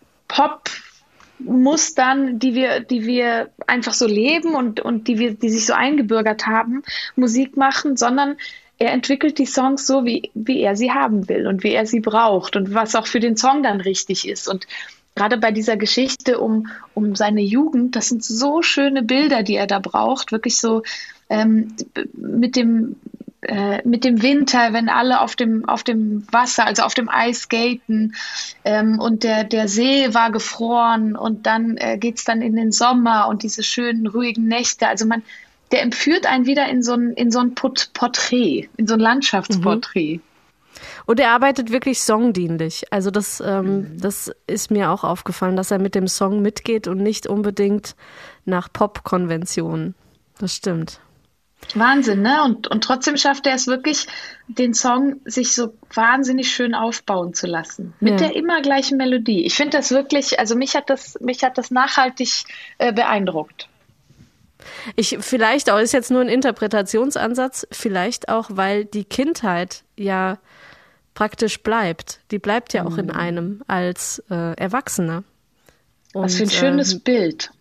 Pop-Mustern, die wir, die wir einfach so leben und, und die wir, die sich so eingebürgert haben, Musik machen, sondern er entwickelt die Songs so, wie, wie er sie haben will und wie er sie braucht und was auch für den Song dann richtig ist. Und gerade bei dieser Geschichte um, um seine Jugend, das sind so schöne Bilder, die er da braucht. Wirklich so ähm, mit dem äh, mit dem Winter, wenn alle auf dem, auf dem Wasser, also auf dem Eis skaten, ähm, und der, der See war gefroren, und dann äh, geht's dann in den Sommer und diese schönen, ruhigen Nächte. Also man der entführt einen wieder in so ein, in so ein Porträt, in so ein Landschaftsporträt. Mhm. Und er arbeitet wirklich songdienlich. Also das, ähm, mhm. das ist mir auch aufgefallen, dass er mit dem Song mitgeht und nicht unbedingt nach Pop-Konventionen. Das stimmt. Wahnsinn, ne? Und, und trotzdem schafft er es wirklich, den Song sich so wahnsinnig schön aufbauen zu lassen. Mit ja. der immer gleichen Melodie. Ich finde das wirklich, also mich hat das, mich hat das nachhaltig äh, beeindruckt. Ich vielleicht auch, ist jetzt nur ein Interpretationsansatz, vielleicht auch, weil die Kindheit ja praktisch bleibt. Die bleibt ja auch in einem als äh, Erwachsener. Und, Was für ein schönes ähm, Bild.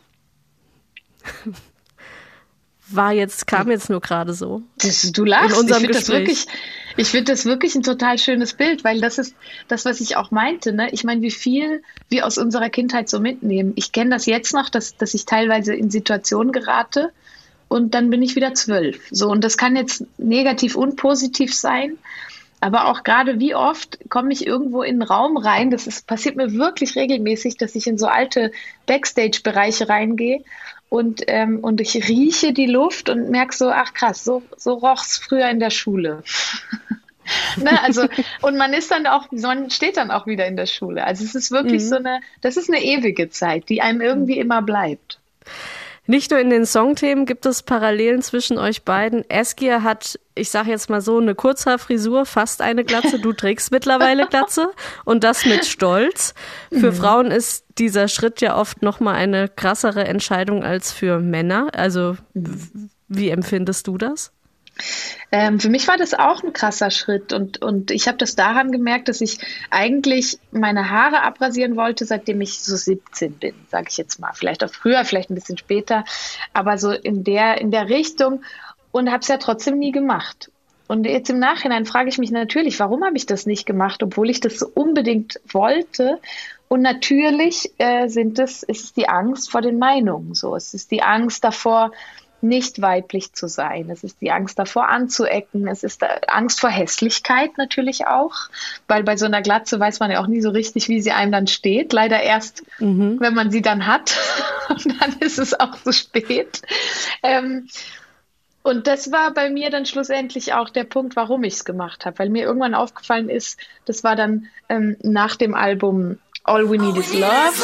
War jetzt, kam jetzt nur gerade so. Das, du lachst. In unserem ich finde das Gespräch. wirklich, ich finde das wirklich ein total schönes Bild, weil das ist das, was ich auch meinte. Ne? Ich meine, wie viel wir aus unserer Kindheit so mitnehmen. Ich kenne das jetzt noch, dass, dass ich teilweise in Situationen gerate und dann bin ich wieder zwölf. So, und das kann jetzt negativ und positiv sein. Aber auch gerade wie oft komme ich irgendwo in einen Raum rein, das ist, passiert mir wirklich regelmäßig, dass ich in so alte Backstage-Bereiche reingehe und, ähm, und ich rieche die Luft und merke so, ach krass, so, so roch es früher in der Schule. Ne, also, und man ist dann auch, man steht dann auch wieder in der Schule. Also es ist wirklich Mhm. so eine, das ist eine ewige Zeit, die einem irgendwie immer bleibt. Nicht nur in den Songthemen gibt es Parallelen zwischen euch beiden. Eskia hat, ich sage jetzt mal so, eine Kurzhaarfrisur, fast eine Glatze. Du trägst mittlerweile Glatze und das mit Stolz. Für Frauen ist dieser Schritt ja oft noch mal eine krassere Entscheidung als für Männer. Also w- wie empfindest du das? Ähm, für mich war das auch ein krasser Schritt und, und ich habe das daran gemerkt, dass ich eigentlich meine Haare abrasieren wollte, seitdem ich so siebzehn bin, sage ich jetzt mal. Vielleicht auch früher, vielleicht ein bisschen später, aber so in der, in der Richtung und habe es ja trotzdem nie gemacht. Und jetzt im Nachhinein frage ich mich natürlich, warum habe ich das nicht gemacht, obwohl ich das so unbedingt wollte. Und natürlich äh, sind es, ist es die Angst vor den Meinungen so. Es ist die Angst davor, nicht weiblich zu sein. Es ist die Angst davor anzuecken. Es ist Angst vor Hässlichkeit natürlich auch, weil bei so einer Glatze weiß man ja auch nie so richtig, wie sie einem dann steht. Leider erst, mhm. wenn man sie dann hat. Und dann ist es auch zu spät. Ähm, und das war bei mir dann schlussendlich auch der Punkt, warum ich es gemacht habe. Weil mir irgendwann aufgefallen ist, das war dann ähm, nach dem Album All We Need Is Love.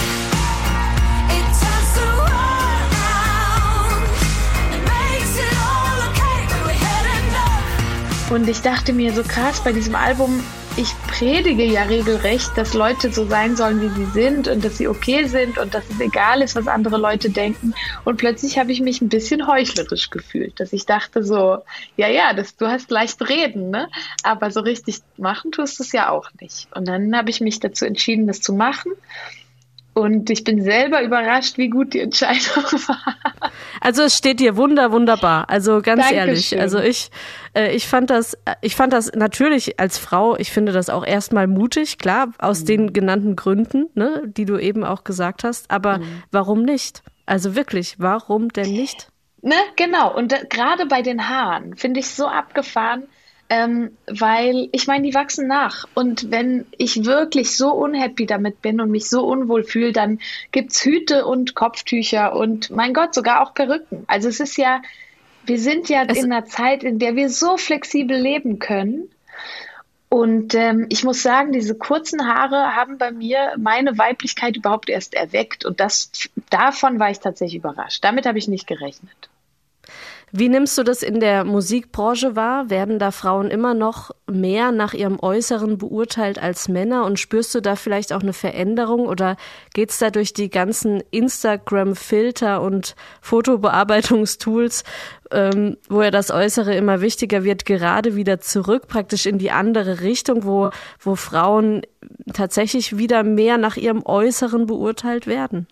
Und ich dachte mir so krass, bei diesem Album, ich predige ja regelrecht, dass Leute so sein sollen, wie sie sind und dass sie okay sind und dass es egal ist, was andere Leute denken. Und plötzlich habe ich mich ein bisschen heuchlerisch gefühlt, dass ich dachte so, ja, ja, das, du hast leicht reden, ne? Aber so richtig machen tust du es ja auch nicht. Und dann habe ich mich dazu entschieden, das zu machen. Und ich bin selber überrascht, wie gut die Entscheidung war. Also es steht dir wunder, wunderbar. Also ganz Dankeschön. ehrlich. Also ich, äh, ich fand das, ich fand das natürlich als Frau, ich finde das auch erstmal mutig, klar, aus mhm. den genannten Gründen, ne, die du eben auch gesagt hast. Aber mhm. warum nicht? Also wirklich, warum denn nicht? Ne, genau. Und äh, gerade bei den Haaren finde ich so abgefahren. Ähm, weil, ich meine, die wachsen nach. Und wenn ich wirklich so unhappy damit bin und mich so unwohl fühle, dann gibt's Hüte und Kopftücher und, mein Gott, sogar auch Perücken. Also es ist ja, wir sind ja es in einer Zeit, in der wir so flexibel leben können. Und ähm, ich muss sagen, diese kurzen Haare haben bei mir meine Weiblichkeit überhaupt erst erweckt. Und das, davon war ich tatsächlich überrascht. Damit habe ich nicht gerechnet. Wie nimmst du das in der Musikbranche wahr? Werden da Frauen immer noch mehr nach ihrem Äußeren beurteilt als Männer? Und spürst du da vielleicht auch eine Veränderung? Oder geht's da durch die ganzen Instagram-Filter und Fotobearbeitungstools, ähm, wo ja das Äußere immer wichtiger wird, gerade wieder zurück, praktisch in die andere Richtung, wo, wo Frauen tatsächlich wieder mehr nach ihrem Äußeren beurteilt werden?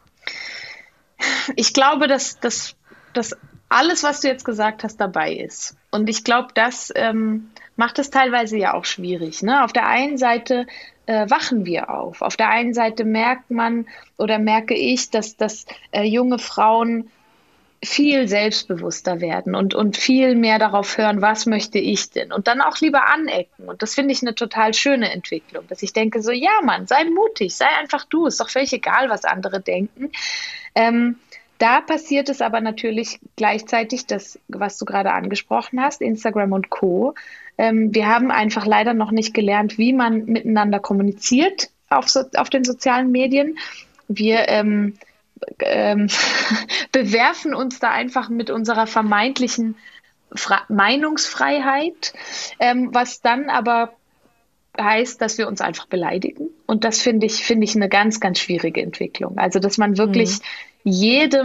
Ich glaube, dass das dass alles, was du jetzt gesagt hast, dabei ist. Und ich glaube, das ähm, macht es teilweise ja auch schwierig. Ne? Auf der einen Seite äh, wachen wir auf. Auf der einen Seite merkt man oder merke ich, dass, dass äh, junge Frauen viel selbstbewusster werden und, und viel mehr darauf hören, was möchte ich denn? Und dann auch lieber anecken. Und das finde ich eine total schöne Entwicklung, dass ich denke so, ja Mann, sei mutig, sei einfach du. Ist doch völlig egal, was andere denken. Ähm, Da passiert es aber natürlich gleichzeitig, das, was du gerade angesprochen hast, Instagram und Co. Ähm, wir haben einfach leider noch nicht gelernt, wie man miteinander kommuniziert auf, so, auf den sozialen Medien. Wir ähm, ähm, bewerfen uns da einfach mit unserer vermeintlichen Fra- Meinungsfreiheit, ähm, was dann aber heißt, dass wir uns einfach beleidigen. Und das finde ich, finde ich eine ganz, ganz schwierige Entwicklung. Also, dass man wirklich mhm. jedem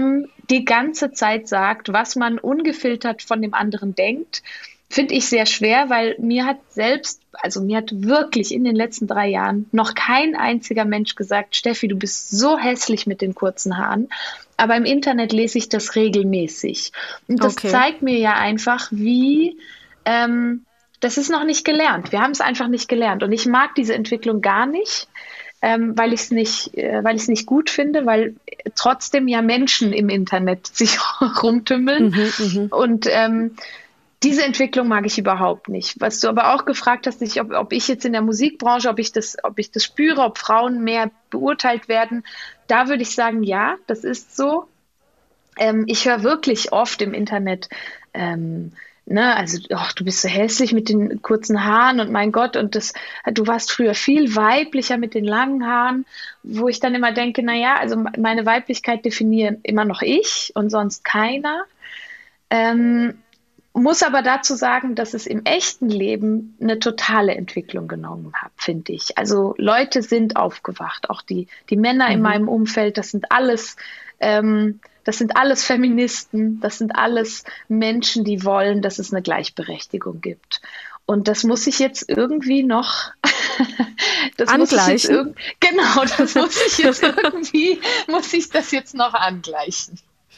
die ganze Zeit sagt, was man ungefiltert von dem anderen denkt, finde ich sehr schwer, weil mir hat selbst, also mir hat wirklich in den letzten drei Jahren noch kein einziger Mensch gesagt, Steffi, du bist so hässlich mit den kurzen Haaren. Aber im Internet lese ich das regelmäßig. Und das Okay. zeigt mir ja einfach, wie, ähm, das ist noch nicht gelernt. Wir haben es einfach nicht gelernt. Und ich mag diese Entwicklung gar nicht, ähm, weil ich es nicht, äh, weil ich es nicht gut finde, weil trotzdem ja Menschen im Internet sich rumtümmeln. Mhm, Und ähm, diese Entwicklung mag ich überhaupt nicht. Was du aber auch gefragt hast, ich, ob, ob ich jetzt in der Musikbranche, ob ich das, ob ich das spüre, ob Frauen mehr beurteilt werden, da würde ich sagen, ja, das ist so. Ähm, ich höre wirklich oft im Internet, ähm, ne, also ach, du bist so hässlich mit den kurzen Haaren und mein Gott, und das, du warst früher viel weiblicher mit den langen Haaren, wo ich dann immer denke, naja, also meine Weiblichkeit definieren immer noch ich und sonst keiner. Ähm, Muss aber dazu sagen, dass es im echten Leben eine totale Entwicklung genommen hat, finde ich. Also Leute sind aufgewacht, auch die, die Männer in meinem Umfeld, das sind alles, ähm, das sind alles Feministen, das sind alles Menschen, die wollen, dass es eine Gleichberechtigung gibt. Und das muss ich jetzt irgendwie noch das muss ich jetzt Angleichen. irg- Genau, das muss ich jetzt irgendwie, muss ich das jetzt noch angleichen.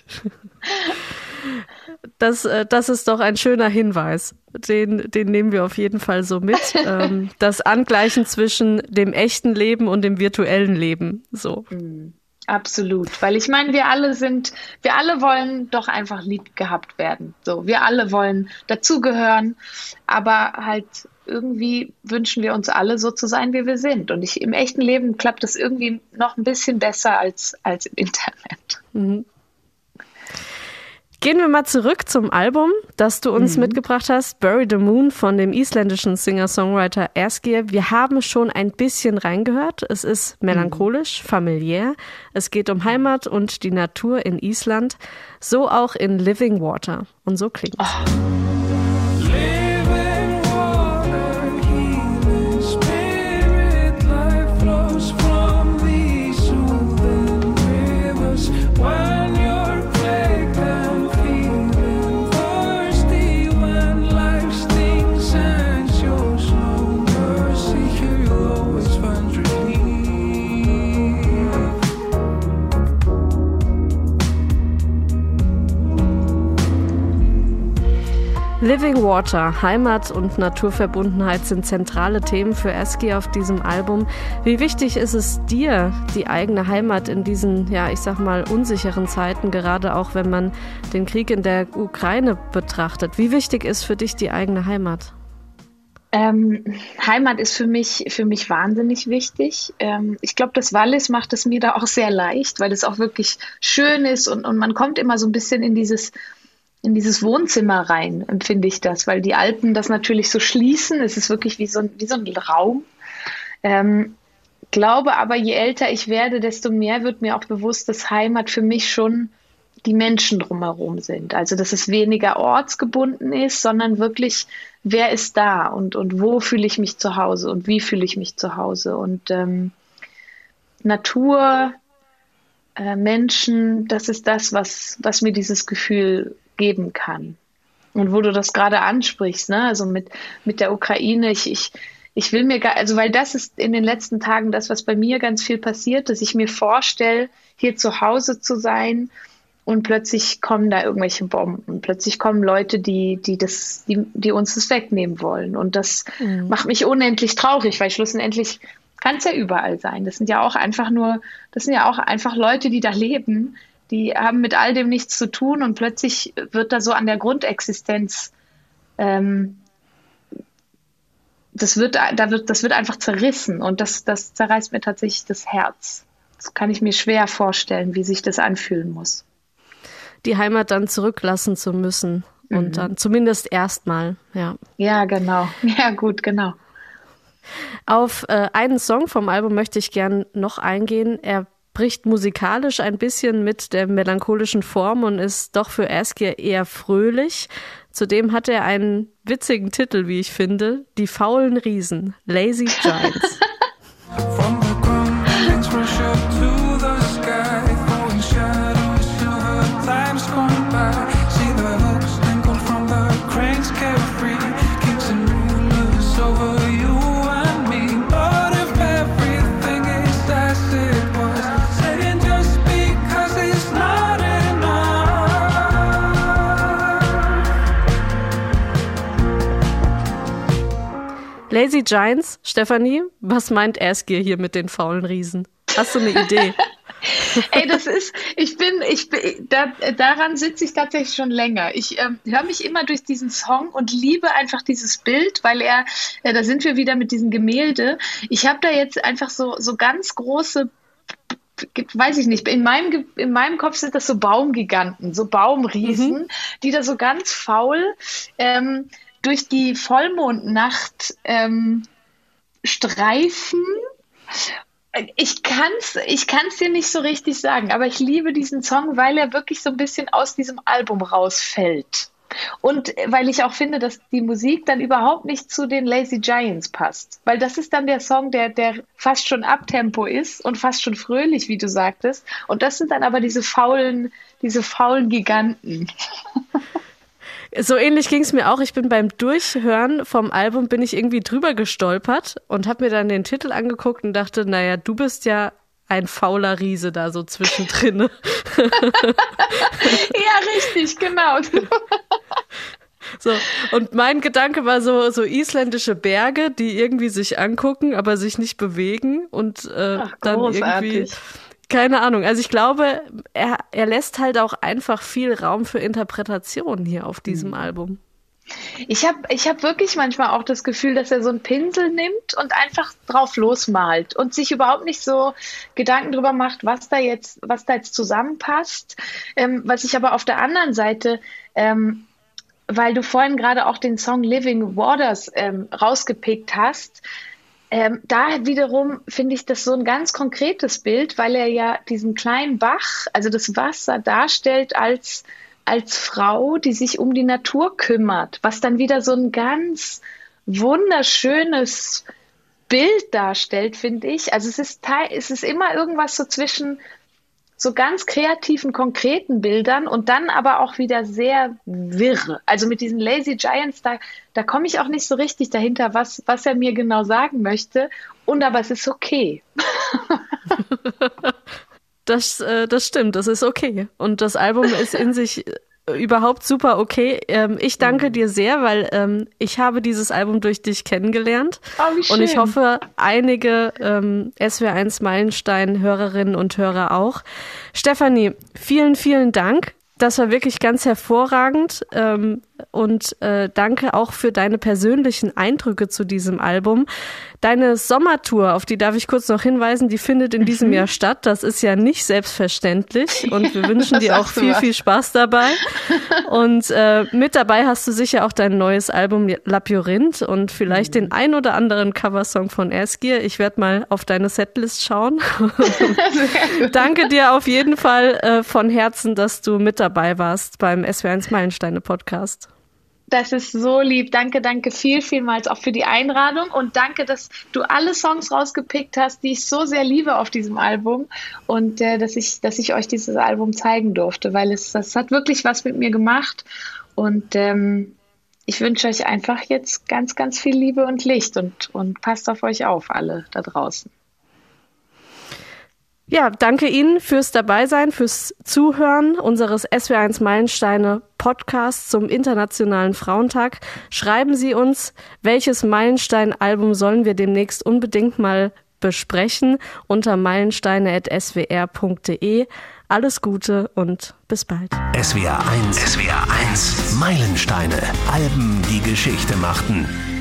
Das, äh, das ist doch ein schöner Hinweis. Den, den nehmen wir auf jeden Fall so mit. ähm, das Angleichen zwischen dem echten Leben und dem virtuellen Leben. So. Absolut, weil ich meine, wir alle sind, wir alle wollen doch einfach lieb gehabt werden. So, wir alle wollen dazugehören, aber halt irgendwie wünschen wir uns alle so zu sein, wie wir sind. Und ich, im echten Leben klappt das irgendwie noch ein bisschen besser als, als im Internet. Mhm. Gehen wir mal zurück zum Album, das du uns Mhm. mitgebracht hast, Bury the Moon von dem isländischen Singer-Songwriter Ásgeir. Wir haben schon ein bisschen reingehört. Es ist melancholisch, familiär. Es geht um Heimat und die Natur in Island. So auch in Living Water. Und so klingt's. Living water, healing spirit, life flows from these soothing rivers. When you're plagued and feeling thirsty, when life stings and shows no mercy, here you'll always find relief. Living Water, Heimat und Naturverbundenheit sind zentrale Themen für Ásgeir auf diesem Album. Wie wichtig ist es dir, die eigene Heimat in diesen, ja, ich sag mal, unsicheren Zeiten, gerade auch wenn man den Krieg in der Ukraine betrachtet? Wie wichtig ist für dich die eigene Heimat? Ähm, Heimat ist für mich, für mich wahnsinnig wichtig. Ähm, ich glaube, das Wallis macht es mir da auch sehr leicht, weil es auch wirklich schön ist und, und man kommt immer so ein bisschen in dieses in dieses Wohnzimmer rein, empfinde ich das, weil die Alpen das natürlich so schließen. Es ist wirklich wie so ein, wie so ein Raum. Ähm, glaube aber, je älter ich werde, desto mehr wird mir auch bewusst, dass Heimat für mich schon die Menschen drumherum sind. Also, dass es weniger ortsgebunden ist, sondern wirklich, wer ist da und, und wo fühle ich mich zu Hause und wie fühle ich mich zu Hause. Und ähm, Natur, äh, Menschen, das ist das, was, was mir dieses Gefühl geben kann. Und wo du das gerade ansprichst, ne, also mit, mit der Ukraine, ich, ich, ich will mir gar, also weil das ist in den letzten Tagen das, was bei mir ganz viel passiert, dass ich mir vorstelle, hier zu Hause zu sein und plötzlich kommen da irgendwelche Bomben. Plötzlich kommen Leute, die, die das, die, die uns das wegnehmen wollen. Und das mhm. macht mich unendlich traurig, weil schlussendlich kann es ja überall sein. Das sind ja auch einfach nur, das sind ja auch einfach Leute, die da leben, die haben mit all dem nichts zu tun und plötzlich wird da so an der Grundexistenz, ähm, das wird, da wird, das wird einfach zerrissen und das, das zerreißt mir tatsächlich das Herz. Das kann ich mir schwer vorstellen, wie sich das anfühlen muss. Die Heimat dann zurücklassen zu müssen und mhm. dann zumindest erstmal, ja. Ja, genau. Ja, gut, genau. Auf äh, einen Song vom Album möchte ich gern noch eingehen. Er bricht musikalisch ein bisschen mit der melancholischen Form und ist doch für Ásgeir eher fröhlich. Zudem hat er einen witzigen Titel, wie ich finde, Die faulen Riesen, Lazy Giants. From the ground, things rush up to the sky, throwing shadows, silver Lazy Giants, Stefanie, was meint Askia hier mit den faulen Riesen? Hast du eine Idee? Ey, das ist, ich bin, ich bin, da, daran sitze ich tatsächlich schon länger. Ich ähm, höre mich immer durch diesen Song und liebe einfach dieses Bild, weil er, ja, da sind wir wieder mit diesem Gemälde. Ich habe da jetzt einfach so, so ganz große, weiß ich nicht, in meinem, in meinem Kopf sind das so Baumgiganten, so Baumriesen, mhm. die da so ganz faul ähm, durch die Vollmondnacht ähm, streifen. Ich kann's, ich kann's dir nicht so richtig sagen, aber ich liebe diesen Song, weil er wirklich so ein bisschen aus diesem Album rausfällt. Und weil ich auch finde, dass die Musik dann überhaupt nicht zu den Lazy Giants passt. Weil das ist dann der Song, der, der fast schon Abtempo ist und fast schon fröhlich, wie du sagtest. Und das sind dann aber diese faulen, diese faulen Giganten. So ähnlich ging es mir auch. Ich bin beim Durchhören vom Album, bin ich irgendwie drüber gestolpert und habe mir dann den Titel angeguckt und dachte, naja, du bist ja ein fauler Riese da so zwischendrin. Ja, richtig, genau. So, und mein Gedanke war so, so isländische Berge, die irgendwie sich angucken, aber sich nicht bewegen und äh, Ach, dann großartig. irgendwie... Keine Ahnung. Also ich glaube, er, er lässt halt auch einfach viel Raum für Interpretation hier auf diesem mhm. Album. Ich habe ich hab wirklich manchmal auch das Gefühl, dass er so einen Pinsel nimmt und einfach drauf losmalt und sich überhaupt nicht so Gedanken drüber macht, was da jetzt, was da jetzt zusammenpasst. Ähm, was ich aber auf der anderen Seite, ähm, weil du vorhin gerade auch den Song Living Waters ähm, rausgepickt hast, Ähm, da wiederum finde ich das so ein ganz konkretes Bild, weil er ja diesen kleinen Bach, also das Wasser darstellt als, als Frau, die sich um die Natur kümmert, was dann wieder so ein ganz wunderschönes Bild darstellt, finde ich. Also es ist, es ist immer irgendwas so zwischen so ganz kreativen, konkreten Bildern und dann aber auch wieder sehr wirr. Also mit diesen Lazy Giants, da, da komme ich auch nicht so richtig dahinter, was, was er mir genau sagen möchte. Und aber es ist okay. Das, äh, das stimmt, das ist okay. Und das Album ist in sich überhaupt super okay. Ähm, ich danke mhm. dir sehr, weil ähm, ich habe dieses Album durch dich kennengelernt. Oh, wie schön. Und ich hoffe, einige ähm, S W R eins Meilenstein-Hörerinnen und Hörer auch. Stefanie, vielen, vielen Dank. Das war wirklich ganz hervorragend ähm, und äh, danke auch für deine persönlichen Eindrücke zu diesem Album. Deine Sommertour, auf die darf ich kurz noch hinweisen, die findet in diesem Jahr statt. Das ist ja nicht selbstverständlich und wir wünschen dir auch viel, viel Spaß dabei. Und äh, mit dabei hast du sicher auch dein neues Album Labyrinth und vielleicht mhm. den ein oder anderen Coversong von Askia. Ich werde mal auf deine Setlist schauen. Danke dir auf jeden Fall äh, von Herzen, dass du mit dabei warst beim S W R eins Meilensteine Podcast. Das ist so lieb. Danke, danke viel, vielmals auch für die Einladung und danke, dass du alle Songs rausgepickt hast, die ich so sehr liebe auf diesem Album und äh, dass ich, dass ich euch dieses Album zeigen durfte, weil es, das hat wirklich was mit mir gemacht und ähm, ich wünsche euch einfach jetzt ganz, ganz viel Liebe und Licht und, und passt auf euch auf, alle da draußen. Ja, danke Ihnen fürs Dabeisein, fürs Zuhören unseres S W R eins Meilensteine Podcasts zum Internationalen Frauentag. Schreiben Sie uns, welches Meilenstein-Album sollen wir demnächst unbedingt mal besprechen unter meilensteine at s w r punkt d e. Alles Gute und bis bald. S W R eins, S W R eins Meilensteine, Alben, die Geschichte machten.